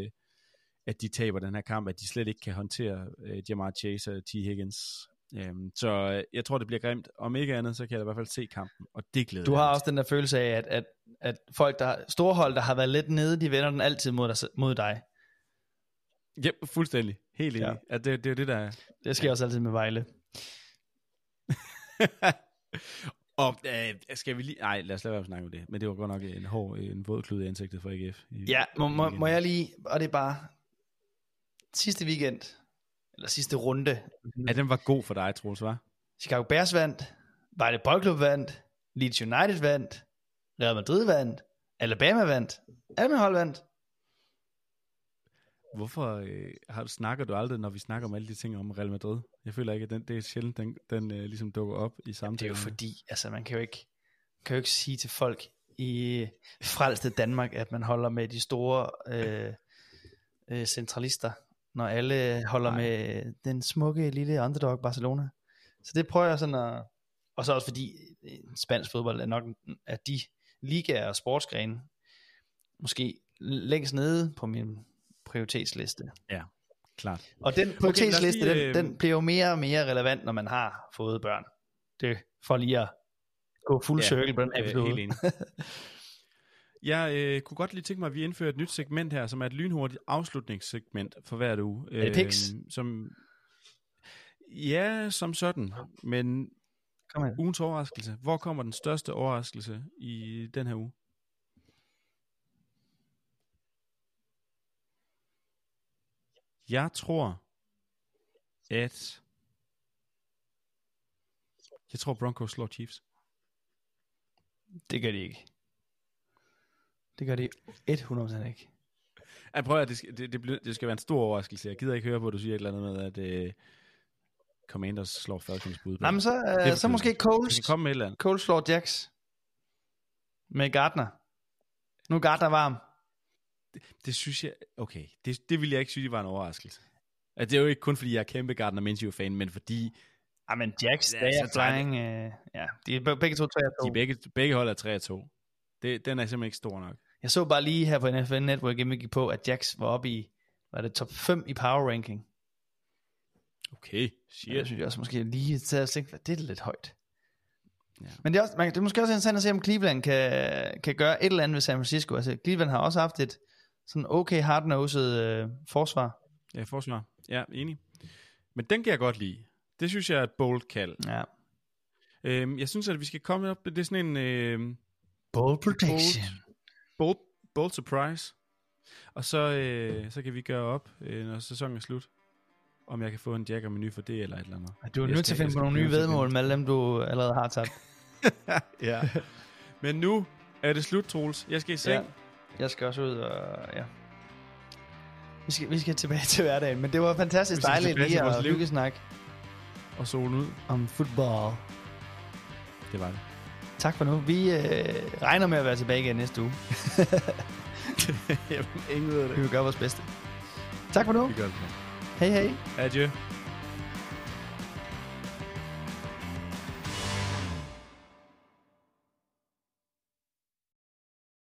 S2: at de taber den her kamp, at de slet ikke kan håndtere Jamar Chase og T. Higgins. Så jeg tror, det bliver grimt. Om ikke andet, så kan jeg i hvert fald se kampen, og det glæder
S1: jeg. Du har også den der følelse af, at folk, store hold, der har været lidt nede, de vender den altid mod dig.
S2: Ja, fuldstændig. Helt enig. Ja. At det er det, der er.
S1: Det sker også altid med Vejle.
S2: Og skal vi lige... Nej, lad os lade være at snakke om det. Men det var godt nok en våd klud i ansigtet for AGF.
S1: Ja, må jeg lige... Og det er bare... Sidste weekend, eller sidste runde.
S2: Ja, den var god for dig, Troels, var?
S1: Chicago Bears vandt, Vejle Boldklub vandt, Leeds United vandt, Real Madrid vandt, Alabama vandt, alle hold vandt.
S2: Hvorfor snakker du aldrig, når vi snakker om alle de ting om Real Madrid? Jeg føler ikke, at det er sjældent, den ligesom dukker op i samtalen.
S1: Det er jo fordi, altså man kan jo ikke sige til folk i frelste Danmark, at man holder med de store centralister, når alle holder med den smukke lille underdog Barcelona. Så det prøver jeg sådan at... Og så også fordi spansk fodbold er nok af de ligaer og sportsgrene måske længst nede på min prioritetsliste.
S2: Ja, klart.
S1: Og den prioritetsliste,
S2: lige,
S1: den bliver jo mere og mere relevant, når man har fået børn. Det for lige at gå fuld cirkel på den episode.
S2: Helt enig. Jeg kunne godt lige tænke mig, at vi indfører et nyt segment her, som er et lynhurtigt afslutningssegment for hver uge.
S1: Er det picks?
S2: Som sådan. Men
S1: Kom
S2: ugens overraskelse. Hvor kommer den største overraskelse i den her uge? Jeg tror Broncos slår Chiefs.
S1: Det gør de ikke. Det gør de 100% ikke.
S2: Jeg prøver, at det skal være en stor overraskelse. Jeg gider ikke høre på, at du siger et eller andet med, at Commanders slår Falcons bud.
S1: Jamen så måske Coles slår Jacks med Gardner. Nu er Gardner varm.
S2: Det synes jeg, okay, det vil jeg ikke synes, var en overraskelse. Altså, det er jo ikke kun fordi, jeg er kæmpe Gardner Minshew-fan, men fordi...
S1: men Jacks, det er flying. De er begge to 3-2.
S2: Begge hold er 3-2. Den er simpelthen ikke stor nok.
S1: Jeg så bare lige her på NFL Network, vi gik på, at Jacks var oppe i, var det top 5 i power ranking.
S2: Okay, shit.
S1: Jeg synes også måske lige til at tænke, det er lidt højt. Ja. Men det er måske også interessant at se, om Cleveland kan gøre et eller andet ved San Francisco. Altså Cleveland har også haft et sådan okay hard-nosed forsvar.
S2: Ja, forsvar. Ja, enig. Men den kan jeg godt lide. Det synes jeg er et bold kald.
S1: Ja.
S2: Jeg synes, at vi skal komme op. Det er sådan en...
S1: bold prediction.
S2: Bold surprise. Og så kan vi gøre op, når sæsonen er slut, om jeg kan få en Jagger-menu for det, eller et eller andet.
S1: Du er nødt til at finde på nogle nye vedmål med alle dem, du allerede har tabt.
S2: Ja. Men nu er det slut, Troels. Jeg skal i seng.
S1: Ja. Jeg skal også ud og... Ja. Vi skal tilbage til hverdagen, men det var fantastisk dejligt lige at hyggesnak.
S2: Og solen ud.
S1: Om fodbold.
S2: Det var det.
S1: Tak for nu. Vi regner med at være tilbage igen næste uge.
S2: Jamen, ingen ved det.
S1: Vi vil gøre vores bedste. Tak for nu.
S2: Vi gør det.
S1: Hej hej.
S2: Adieu.